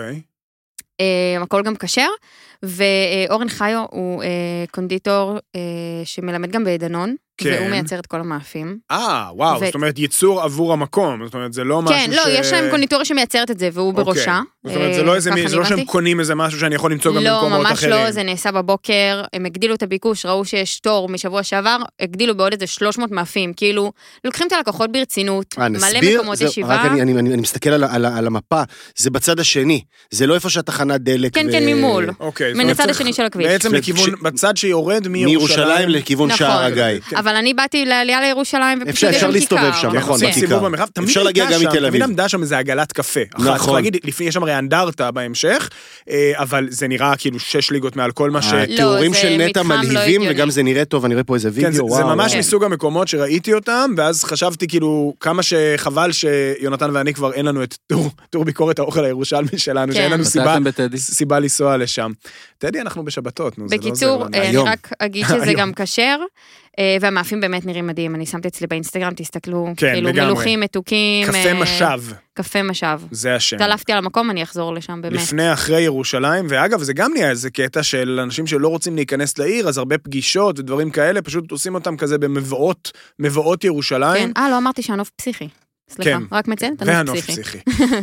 הכל גם כשר, ואורן חיו הוא קונדיטור שמלמד גם בדנון. והוא מייצר את כל המאפים. וואו, זאת אומרת, ייצור עבור המקום, זאת אומרת, זה לא משהו כן, לא, יש להם קונדיטוריה שמייצרת את זה, והוא בראשה. זאת אומרת, זה לא שהם קונים איזה משהו שאני יכול למצוא גם במקומות אחרים. לא, ממש לא, זה נעשה בבוקר, הם הגדילו את הביקוש, ראו שיש תור משבוע שעבר, הגדילו בעוד איזה 300 מאפים, כאילו, לוקחים את הלקוחות ברצינות, מלא מקומות ישיבה. אני מסתכל על המפה, זה בצד השני, זה לא איפה שהתחנת דלק. כן, כן, ממול. מן הצד השני של הכביש. בעצם בצד שיורד מירושלים לכיוון שער הגיא. אבל אני באתי לעלייה לירושלים, אפשר להסתובב שם, נכון, בכיכר. אפשר להגיע גם מתל אביב. תמיד עמדה שם איזה עגלת קפה. נכון. להגיד, לפני יש שם הרי אנדרטה בהמשך, אבל זה נראה כאילו 6 ליגות מעל כל מה ש... התיאורים של נטע מלהיבים, וגם זה נראה טוב, אני רואה פה איזה וידאו, זה ממש מסוג המקומות שראיתי אותם, ואז חשבתי כאילו כמה שחבל שיונתן ואני כבר אין לנו את טור ביקורת האוכל הירושלמי שלנו, שאין לנו סיבה לנסוע לשם. טדי, אנחנו בשבתות. בקיצור, אני רק אגיד שזה גם כשר, והמאפים באמת נראים מדהים, אני שמתי אצלי באינסטגרם, תסתכלו, כאילו מלוכים, מתוקים. קפה משב. קפה משב. זה השם. תלפתי על המקום, אני אחזור לשם באמת. לפני, אחרי ירושלים, ואגב, זה גם נהיה איזה קטע של אנשים שלא רוצים להיכנס לעיר, אז הרבה פגישות ודברים כאלה, פשוט עושים אותם כזה במבואות ירושלים. כן, לא אמרתי שהנוף פסיכי. סליחה, רק מציין את הנוף פסיכי.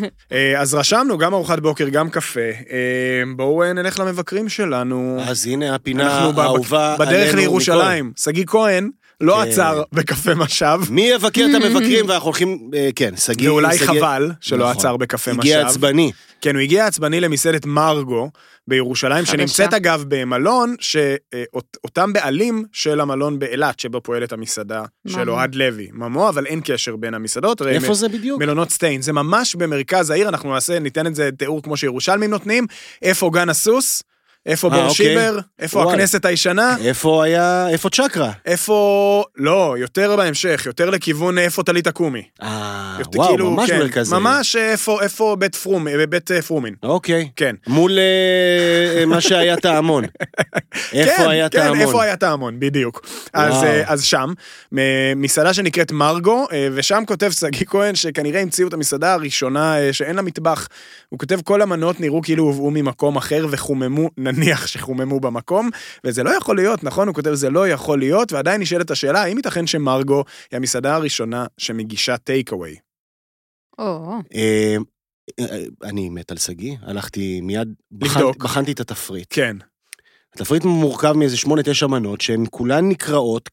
אז רשמנו גם ארוחת בוקר, גם קפה. בואו נלך למבקרים שלנו. אז הנה הפינה האהובה. בדרך לירושלים. סגי כהן לא עצר בקפה משב. מי יבקר את המבקרים ואנחנו הולכים, כן, סגי. ואולי חבל שלא עצר בקפה משב. הגיע עצבני. כן, הוא הגיע עצבני למסעדת מרגו בירושלים, שנמצאת אגב במלון, שאותם בעלים של המלון באילת, שבו פועלת המסעדה של אוהד לוי. ממו, אבל אין קשר בין המסעדות. איפה זה בדיוק? מלונות סטיין. זה ממש במרכז העיר, אנחנו ניתן את זה תיאור כמו שירושלמים נותנים. איפה גן הסוס? איפה בור שיבר? איפה הכנסת הישנה? איפה צ'קרה? לא, יותר בהמשך, יותר לכיוון איפה תלית הקומי. וואו, ממש מרכזי. ממש איפה בית פרומין. אוקיי. כן. מול מה שהיה טעמון. איפה היה טעמון? כן, איפה היה טעמון, בדיוק. אז שם, מסעדה שנקראת מרגו, ושם כותב סגי כהן, שכנראה המציאו את המסעדה הראשונה שאין לה מטבח. הוא כותב כל המנות נראו כאילו הובאו ממקום אחר וחוממו, נניח שחוממו במקום, וזה לא יכול להיות, נכון? הוא כותב, זה לא יכול להיות, ועדיין נשאלת השאלה, האם ייתכן שמרגו היא המסעדה הראשונה שמגישה טייק-אווי? אני מת על סגי, הלכתי מיד, בחנתי את התפריט. כן. התפריט מורכב מאיזה 8-9 מנות, שהן כולן נקראות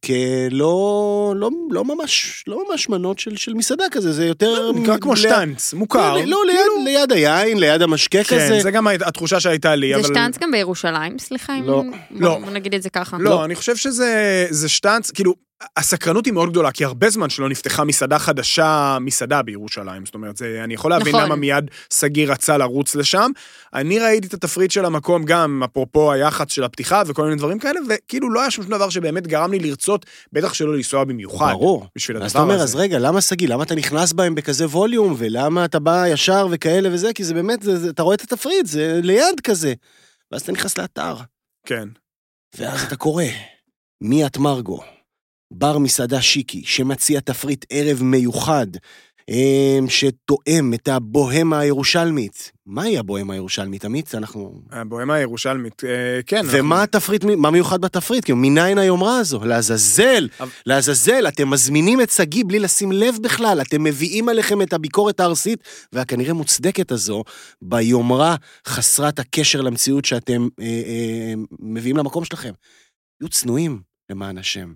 לא ממש מנות של מסעדה כזה, זה יותר... נקרא כמו שטנץ, מוכר. לא, ליד היין, ליד המשקה כזה. כן, זה גם התחושה שהייתה לי, אבל... זה שטנץ גם בירושלים, סליחה, לא. נגיד את זה ככה. לא, אני חושב שזה שטנץ, כאילו... הסקרנות היא מאוד גדולה, כי הרבה זמן שלא נפתחה מסעדה חדשה, מסעדה בירושלים, זאת אומרת, אני יכול להבין למה מיד סגי רצה לרוץ לשם, אני ראיתי את התפריט של המקום גם, אפרופו היחץ של הפתיחה וכל מיני דברים כאלה, וכאילו לא היה שום דבר שבאמת גרם לי לרצות, בטח שלא לנסוע במיוחד. ברור. בשביל הדבר הזה. אז אתה אומר, אז רגע, למה סגי, למה אתה נכנס בהם בכזה ווליום, ולמה אתה בא ישר וכאלה וזה, כי זה באמת, אתה רואה את התפריט, זה ליד כזה, ואז אתה נכנס לאתר. כן. ואז אתה קורא, מי את מרגו? בר מסעדה שיקי, שמציע תפריט ערב מיוחד, שתואם את הבוהמה הירושלמית. מהי הבוהמה הירושלמית, עמית? הבוהמה הירושלמית, כן. ומה התפריט, מה מיוחד בתפריט? כי מניין היומרה הזו? לעזאזל, אתם מזמינים את סגי בלי לשים לב בכלל, אתם מביאים עליכם את הביקורת הארסית, והכנראה מוצדקת הזו, ביומרה חסרת הקשר למציאות שאתם מביאים למקום שלכם. יהיו צנועים למען השם.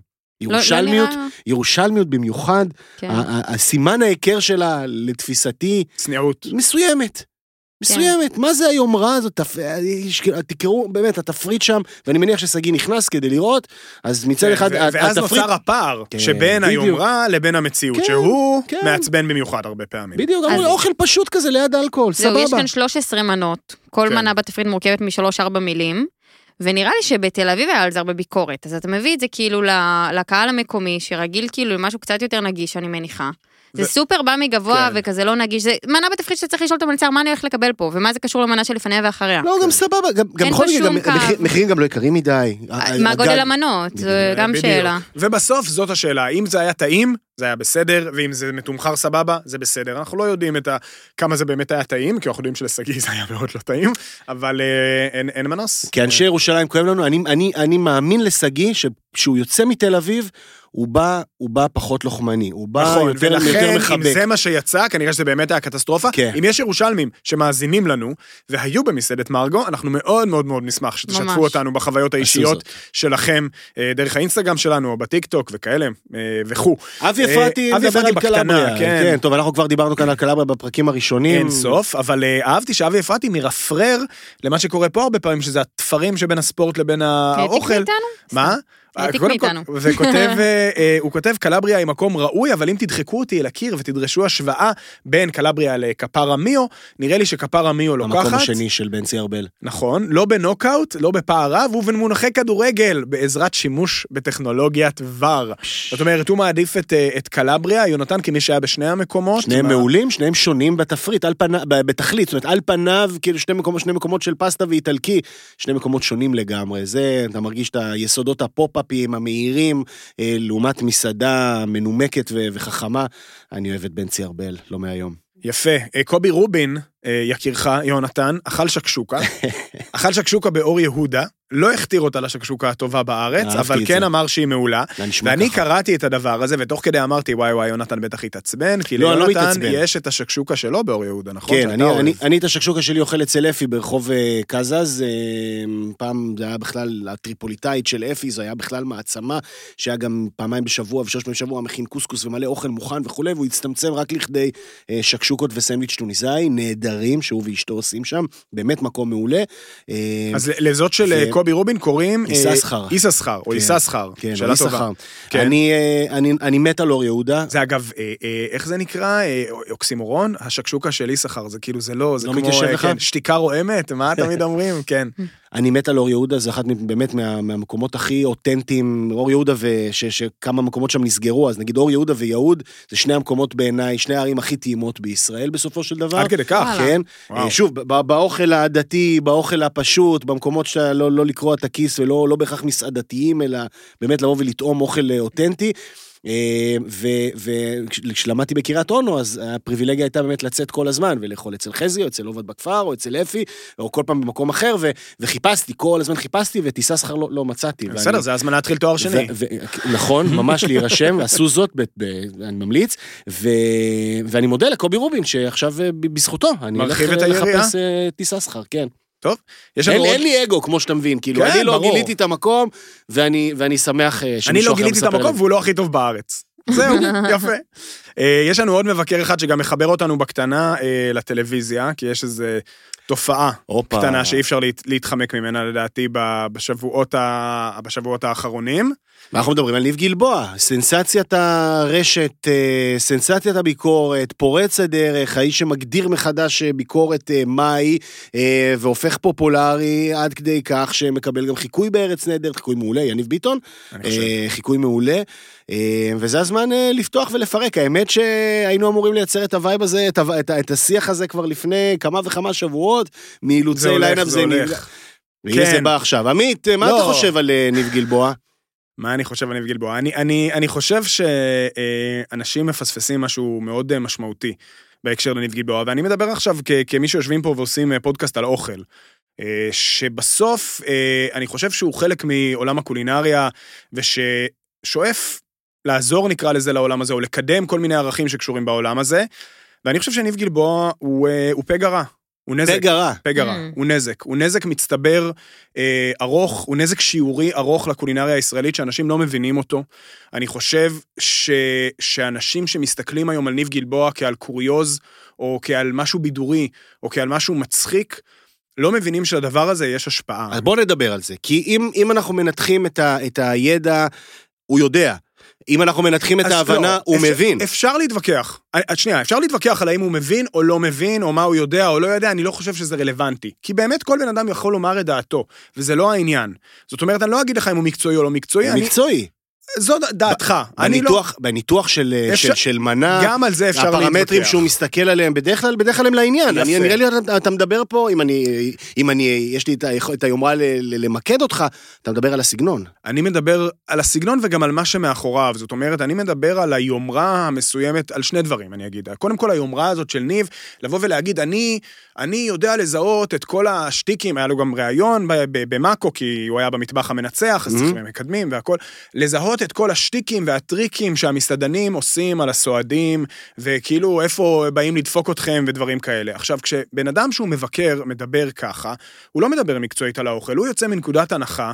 ירושלמיות במיוחד, הסימן העיקר שלה לתפיסתי, צניעות. מסוימת. מה זה היומרה הזאת? תקראו באמת, התפריט שם, ואני מניח שסגי נכנס כדי לראות, אז מצד אחד, ואז נוצר הפער שבין היומרה לבין המציאות, שהוא מעצבן במיוחד הרבה פעמים. בדיוק, אוכל פשוט כזה ליד אלכוהול, סבבה. יש כאן 13 מנות, כל מנה בתפריט מורכבת מ3-4 מילים, ונראה לי שבתל אביב היה על זה הרבה ביקורת, אז אתה מביא את זה כאילו לקהל המקומי, שרגיל כאילו למשהו קצת יותר נגיש, אני מניחה. זה סופר בא מגבוה וכזה לא נגיש, זה מנה בתפריט שצריך לשאול את המלצר, מה אני הולך לקבל פה, ומה זה קשור למנה שלפניה ואחריה. לא, גם סבבה, גם בכל מקרה, מחירים גם לא יקרים מדי. מה גודל המנות, זו גם שאלה. ובסוף זאת השאלה, אם זה היה טעים, זה היה בסדר, ואם זה מתומחר סבבה, זה בסדר. אנחנו לא יודעים כמה זה באמת היה טעים, כי אנחנו יודעים שלסגי זה היה מאוד לא טעים, אבל אין מנוס. כי אנשי ירושלים כואב לנו, אני מאמין לסגי שהוא יוצא מתל אביב, הוא בא פחות לוחמני, הוא בא יותר מחבק. ולכן, אם זה מה שיצא, כנראה שזה באמת היה קטסטרופה. אם יש ירושלמים שמאזינים לנו, והיו במסעדת מרגו, אנחנו מאוד מאוד מאוד נשמח שתשתפו אותנו בחוויות האישיות שלכם, דרך האינסטגרם שלנו, או בטיקטוק וכאלה, וכו'. אבי אפרתי מדבר על קלבריה. כן, טוב, אנחנו כבר דיברנו כאן על קלבריה בפרקים הראשונים. אין סוף, אבל אהבתי שאבי אפרתי מרפרר למה שקורה פה הרבה פעמים, שזה התפרים שבין הספורט לבין האוכל. מה? הוא כותב קלבריה היא מקום ראוי, אבל אם תדחקו אותי אל הקיר ותדרשו השוואה בין קלבריה לקפרה מיו, נראה לי שקפרה מיו לוקחת. המקום השני של בנצי ארבל. נכון, לא בנוקאוט, לא בפער רב, ובמונחי כדורגל, בעזרת שימוש בטכנולוגיית ור. זאת אומרת, הוא מעדיף את קלבריה, יונתן כמי שהיה בשני המקומות. שניהם מעולים, שניהם שונים בתפריט, בתכלית, זאת אומרת, על פניו, כאילו שני מקומות של פסטה ואיטלקי, שני מקומות שונים לגמרי. זה, אתה מרגיש את היסודות הפופ-אפים המהירים, לעומת מסעדה מנומקת וחכמה. אני אוהב את בנצי ארבל, לא מהיום. יפה. קובי רובין, יקירך, יונתן, אכל שקשוקה באור יהודה, לא הכתיר אותה לשקשוקה הטובה בארץ, אבל כן אמר שהיא מעולה, ואני קראתי את הדבר הזה, ותוך כדי אמרתי, וואי, יונתן בטח התעצבן, כי ליונתן יש את השקשוקה שלו באור יהודה, נכון? כן, אני את השקשוקה שלי אוכל אצל אפי ברחוב קזז, פעם זה היה בכלל הטריפוליטאית של אפי, זה היה בכלל מעצמה, שהיה גם פעמיים בשבוע ושלוש פעמים בשבוע, מכין קוסקוס ומלא אוכל מוכן וכו', והוא הצטמצם רק לכדי שקשוקות וסנדוויץ' טוניסאי, נהדרים שהוא ואשתו עושים שם, באמת מקום מעולה. אז לזאת של קובי רובין קוראים איססחר, או איססחר, שאלה טובה. אני מת על אור יהודה. זה אגב, איך זה נקרא? אוקסימורון? השקשוקה של איססחר, זה כאילו, זה לא, זה כמו שתיקה רועמת, מה תמיד אומרים? כן. אני מת על אור יהודה, זה אחד באמת מהמקומות הכי אותנטיים, אור יהודה שכמה מקומות שם נסגרו, אז נגיד אור יהודה ויהוד, זה שני המקומות בעיניי, שני הערים הכי טעימות בישראל בסופו של דבר. עד כדי כך. כן. שוב, באוכל הדתי, באוכל הפשוט, במקומות שאתה לא לקרוא את הכיס, ולא בהכרח מסעדתיים, אלא באמת לבוא ולטעום אוכל אותנטי. וכשלמדתי בקירת אונו, אז הפריבילגיה הייתה באמת לצאת כל הזמן, ולאכול אצל חזי, או אצל עובד בכפר, או אצל אפי, או כל פעם במקום אחר, וחיפשתי, כל הזמן חיפשתי, וטיסה שכר לא מצאתי. בסדר, זה הזמן להתחיל תואר שני. נכון, ממש להירשם, ועשו זאת, אני ממליץ, ואני מודה לקובי רובין, שעכשיו בזכותו, אני הולך לחפש טיסה שכר, כן. טוב, אין לי אגו, כמו שאתה מבין, כאילו, אני לא גיליתי את המקום, ואני שמח אני לא גיליתי את המקום, והוא לא הכי טוב בארץ. זהו, יפה. יש לנו עוד מבקר אחד שגם מחבר אותנו בקטנה לטלוויזיה, כי יש איזו תופעה קטנה שאי אפשר להתחמק ממנה, לדעתי, בשבועות האחרונים. ואנחנו מדברים על ניב גלבוע, סנסציית הרשת, סנסציית הביקורת, פורץ הדרך, האיש שמגדיר מחדש ביקורת מהי, והופך פופולרי עד כדי כך שמקבל גם חיקוי בארץ נהדר, חיקוי מעולה, יניב ביטון, חיקוי מעולה, וזה הזמן לפתוח ולפרק. האמת שהיינו אמורים לייצר את הווייב הזה, את השיח הזה כבר לפני כמה וכמה שבועות, מאילוצי ליינאפ זה הולך. והנה זה בא עכשיו. עמית, מה אתה חושב על ניב גלבוע? מה אני חושב על ניב גלבוע? אני חושב שאנשים מפספסים משהו מאוד משמעותי בהקשר לניב גלבוע, ואני מדבר עכשיו כמי שיושבים פה ועושים פודקאסט על אוכל, שבסוף אני חושב שהוא חלק מעולם הקולינריה, וששואף לעזור נקרא לזה לעולם הזה, או לקדם כל מיני ערכים שקשורים בעולם הזה, ואני חושב שניב גלבוע הוא פגע רע. הוא נזק. פגע רע. הוא נזק מצטבר ארוך, הוא נזק שיעורי ארוך לקולינריה הישראלית, שאנשים לא מבינים אותו. אני חושב שאנשים שמסתכלים היום על ניב גלבוע כעל קוריוז, או כעל משהו בידורי, או כעל משהו מצחיק, לא מבינים שלדבר הזה יש השפעה. אז בואו נדבר על זה, כי אם אנחנו מנתחים את הידע, הוא יודע. אם אנחנו מנתחים את ההבנה, הוא מבין. אפשר להתווכח. שנייה, אפשר להתווכח על האם הוא מבין או לא מבין, או מה הוא יודע או לא יודע, אני לא חושב שזה רלוונטי. כי באמת כל בן אדם יכול לומר את דעתו, וזה לא העניין. זאת אומרת, אני לא אגיד לך אם הוא מקצועי או לא מקצועי. הוא מקצועי. זו דעתך. בניתוח של מנה, גם על זה אפשר להתווכח. הפרמטרים שהוא מסתכל עליהם, בדרך כלל הם לעניין. נראה לי, אתה מדבר פה, אם יש לי את היומרה למקד אותך, אתה מדבר על הסגנון. אני מדבר על הסגנון וגם על מה שמאחוריו. זאת אומרת, אני מדבר על היומרה המסוימת, על שני דברים, אני אגיד. קודם כל, היומרה הזאת של ניב, לבוא ולהגיד, אני יודע לזהות את כל השטיקים, היה לו גם ראיון במאקו, כי הוא היה במטבח המנצח, אז צריכים מקדמים והכל, לזהות את כל השטיקים והטריקים שהמסעדנים עושים על הסועדים, וכאילו איפה באים לדפוק אתכם ודברים כאלה. עכשיו, כשבן אדם שהוא מבקר, מדבר ככה, הוא לא מדבר מקצועית על האוכל, הוא יוצא מנקודת הנחה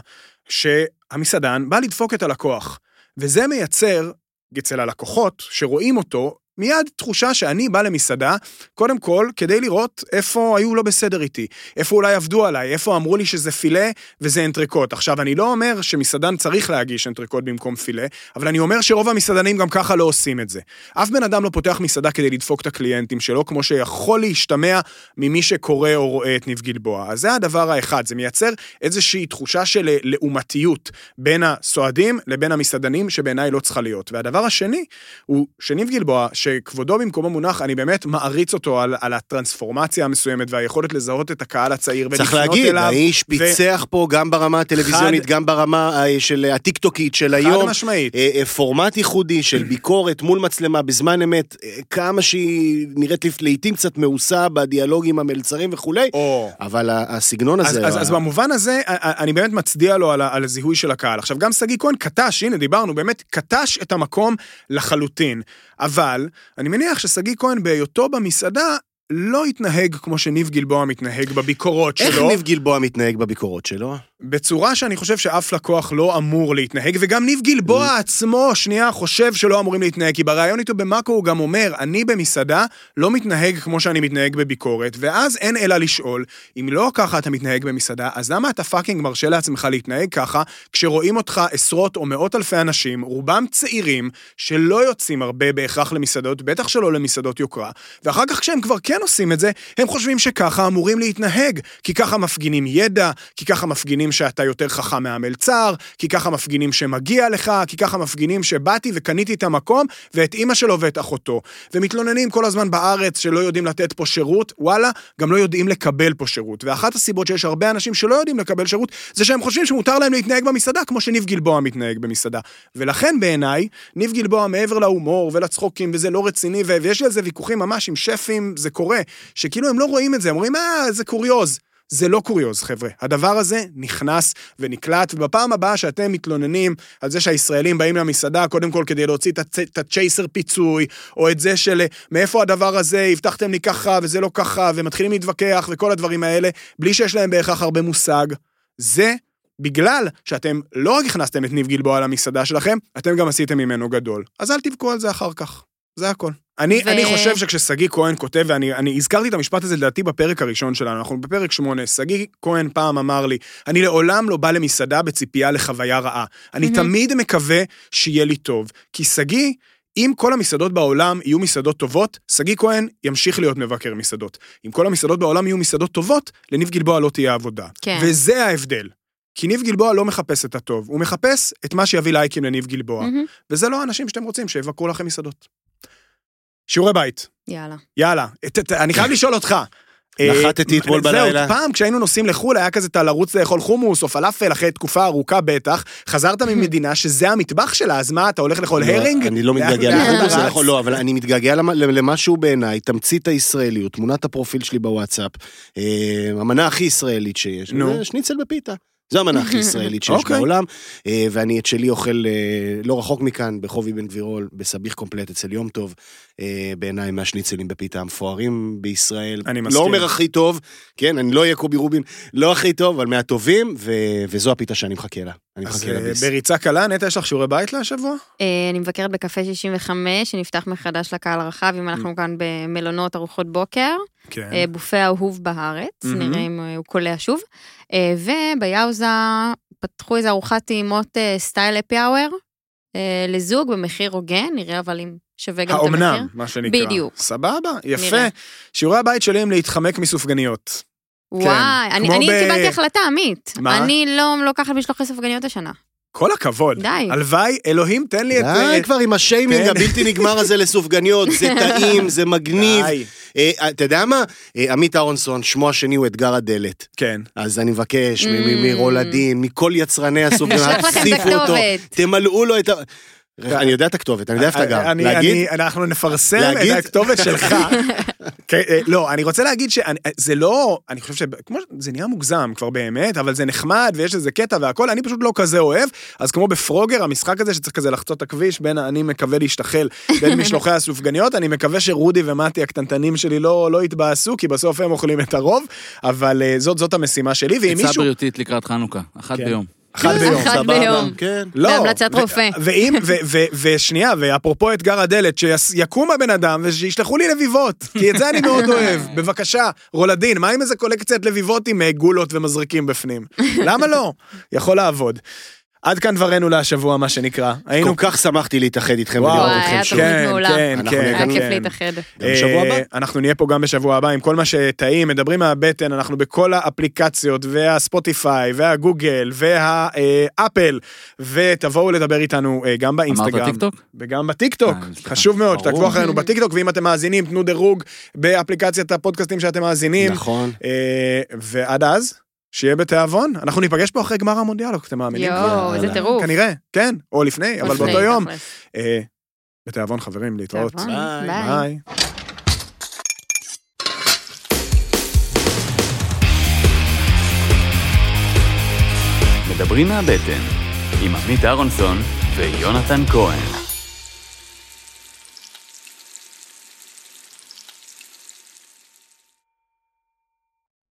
שהמסעדן בא לדפוק את הלקוח, וזה מייצר אצל הלקוחות שרואים אותו, מיד תחושה שאני בא למסעדה, קודם כל, כדי לראות איפה היו לא בסדר איתי, איפה אולי עבדו עליי, איפה אמרו לי שזה פילה וזה אנטריקוט. עכשיו, אני לא אומר שמסעדן צריך להגיש אנטריקוט במקום פילה, אבל אני אומר שרוב המסעדנים גם ככה לא עושים את זה. אף בן אדם לא פותח מסעדה כדי לדפוק את הקליינטים שלו, כמו שיכול להשתמע ממי שקורא או רואה את ניב גלבוע. אז זה הדבר האחד, זה מייצר איזושהי תחושה של לעומתיות בין הסועדים לבין המסעדנים, שבעיניי לא צריכה להיות. והדבר השני הוא שניב גלבוע, שכבודו במקומו מונח, אני באמת מעריץ אותו על הטרנספורמציה המסוימת, והיכולת לזהות את הקהל הצעיר, צריך להגיד, האיש פיצח פה גם ברמה הטלוויזיונית, גם ברמה של הטיקטוקית של היום, חד משמעית. פורמט ייחודי של ביקורת מול מצלמה בזמן אמת, כמה שהיא נראית לעתים קצת מעושה בדיאלוגים המלצרים וכולי, אבל הסגנון הזה... אז במובן הזה, אני באמת מצדיע לו על הזיהוי של הקהל. עכשיו, גם סגי כהן קטש, הנה דיברנו, באמת קטש את המקום לחלוטין. אבל אני מניח שסגי כהן בהיותו במסעדה לא התנהג כמו שניב גלבוע מתנהג בביקורות שלו. איך ניב גלבוע מתנהג בביקורות שלו? בצורה שאני חושב שאף לקוח לא אמור להתנהג, וגם ניב גלבוע עצמו, שנייה, חושב שלא אמורים להתנהג, כי בראיון איתו במאקו הוא גם אומר, אני במסעדה לא מתנהג כמו שאני מתנהג בביקורת, ואז אין אלא לשאול, אם לא ככה אתה מתנהג במסעדה, אז למה אתה פאקינג מרשה לעצמך להתנהג ככה, כשרואים אותך עשרות או מאות אלפי אנשים, רובם צעירים, שלא יוצאים הרבה בהכרח למסעדות, בטח שלא למסעדות יוקרה, ואחר כך כשהם כבר כן עושים את זה, הם חושבים שככה אמורים להתנהג, כי ככה מפגינים ידע, כי ככה מפגינים שאתה יותר חכם מהמלצר, כי ככה מפגינים שמגיע לך, כי ככה מפגינים שבאתי וקניתי את המקום, ואת אמא שלו ואת אחותו. ומתלוננים כל הזמן בארץ שלא יודעים לתת פה שירות, וואלה, גם לא יודעים לקבל פה שירות. ואחת הסיבות שיש הרבה אנשים שלא יודעים לקבל שירות, זה שהם חושבים שמותר להם להתנהג במסעדה, כמו שניב גלבוע מתנהג במסעדה. ולכן בעיניי, ניב גלבוע מעבר להומור ולצחוקים, וזה לא רציני, ויש לי על זה ויכוחים ממש עם שפים, זה קורה, שכאילו הם לא רואים את זה, הם אומרים, זה קוריוז. זה לא קוריוז, חבר'ה. הדבר הזה נכנס ונקלט, ובפעם הבאה שאתם מתלוננים על זה שהישראלים באים למסעדה, קודם כל כדי להוציא את הצ'ייסר פיצוי, או את זה של מאיפה הדבר הזה, הבטחתם לי ככה וזה לא ככה, ומתחילים להתווכח וכל הדברים האלה, בלי שיש להם בהכרח הרבה מושג. זה בגלל שאתם לא רק הכנסתם את ניב גלבוע למסעדה שלכם, אתם גם עשיתם ממנו גדול. אז אל תבכו על זה אחר כך. זה הכל. אני חושב שכשסגי כהן כותב, ואני הזכרתי את המשפט הזה לדעתי בפרק הראשון שלנו, אנחנו בפרק 8, סגי כהן פעם אמר לי, אני לעולם לא בא למסעדה בציפייה לחוויה רעה. אני תמיד מקווה שיהיה לי טוב. כי סגי, אם כל המסעדות בעולם יהיו מסעדות טובות, סגי כהן ימשיך להיות מבקר מסעדות. אם כל המסעדות בעולם יהיו מסעדות טובות, לניב גלבוע לא תהיה עבודה. כן. וזה ההבדל. כי ניב גלבוע לא מחפש את הטוב, הוא מחפש את מה שיביא לייקים לניב גלבוע. וזה לא האנשים שאתם רוצים שיבקרו לכם מסעדות. שיעורי בית. יאללה. אני חייב לשאול אותך. נחתתי אתמול בלילה. זהו, פעם כשהיינו נוסעים לחול, היה כזה לרוץ לאכול חומוס או פלאפל אחרי תקופה ארוכה בטח, חזרת ממדינה שזה המטבח שלה, אז מה, אתה הולך לאכול הרינג? אני לא מתגעגע לחומוס, לא, אבל אני מתגעגע למשהו בעיניי, תמצית הישראליות, תמונת הפרופיל שלי בוואטסאפ, המנה הכי ישראלית שיש, שניצל בפיתה. זו המנה הכי ישראלית שיש בעולם, ואני את שלי אוכל לא רחוק מכאן, בחובי בן גבירול, בסביח קומפלט אצל יום טוב, בעיניי מהשניצלים בפיתה המפוארים בישראל. לא אומר הכי טוב, כן, אני לא אהיה קובי רובין, לא הכי טוב, אבל מהטובים, וזו הפיתה שאני מחכה לה. אז בריצה קלה, נטע, יש לך שיעורי בית לשבוע? אני מבקרת בקפה 65, שנפתח מחדש לקהל הרחב, אם אנחנו כאן במלונות ארוחות בוקר, בופה האהוב בארץ, נראה אם הוא קולע שוב, וביאוזה פתחו איזו ארוחת טעימות סטייל אפי אאואר, לזוג במחיר הוגן, נראה אבל אם שווה גם את המחיר. האומנם, מה שנקרא. בדיוק. סבבה, יפה. שיעורי הבית שלי הם להתחמק מסופגניות. וואי, אני קיבלתי החלטה, עמית. אני לא לוקחת משלוחי סופגניות השנה. כל הכבוד. די. הלוואי, אלוהים, תן לי את... די כבר עם השיימינג הבלתי נגמר הזה לסופגניות, זה טעים, זה מגניב. די. אתה יודע מה? עמית אהרונסון, שמו השני הוא אתגר הדלת. כן. אז אני מבקש מרולדין, מכל יצרני הסופגניות, נשלח לכם את תוסיפו אותו, הכתובת. תמלאו לו את ה... אני יודע את הכתובת, אני יודע איפה אתה גר. להגיד? אנחנו נפרסם את הכתובת שלך. לא, אני רוצה להגיד שזה לא, אני חושב שזה נהיה מוגזם כבר באמת, אבל זה נחמד ויש איזה קטע והכל, אני פשוט לא כזה אוהב, אז כמו בפרוגר, המשחק הזה שצריך כזה לחצות את הכביש, אני מקווה להשתחל בין משלוחי הסופגניות, אני מקווה שרודי ומתי הקטנטנים שלי לא יתבאסו, כי בסוף הם אוכלים את הרוב, אבל זאת המשימה שלי, ואם מישהו... עצה בריאותית לקראת חנוכה, אחת ביום. אחד ביום. כן. בהמלצת רופא. ושנייה, ואפרופו אתגר הדלת, שיקום הבן אדם ושישלחו לי לביבות, כי את זה אני מאוד אוהב. בבקשה, רולדין, מה עם איזה קולקציית לביבות עם גולות ומזריקים בפנים? למה לא? יכול לעבוד. עד כאן דברנו להשבוע, מה שנקרא. כל כך שמחתי להתאחד איתכם וואו, ולראות היה אתכם שוב. תוכנית מעולה. היה כיף כן. להתאחד. גם בשבוע הבא? אנחנו נהיה פה גם בשבוע הבא, עם כל מה שטעים, מדברים מהבטן, אנחנו בכל האפליקציות, והספוטיפיי, והגוגל, והאפל, ותבואו לדבר איתנו גם באינסטגרם. אמרת טיקטוק? וגם בטיקטוק. חשוב מאוד, שתעקבו אחרינו בטיקטוק, ואם אתם מאזינים, תנו דירוג באפליקציית הפודקאסטים שאתם מאזינים. נכון. ועד אז, שיהיה בתיאבון, אנחנו ניפגש פה אחרי גמר המונדיאל, אתם מאמינים? יואו, איזה טירוף. כנראה, כן, או לפני, אבל באותו יום. תכלס. בתיאבון חברים, להתראות. תיאבון, ביי. ביי. מדברים מהבטן, עם עמית אהרונסון ויונתן כהן.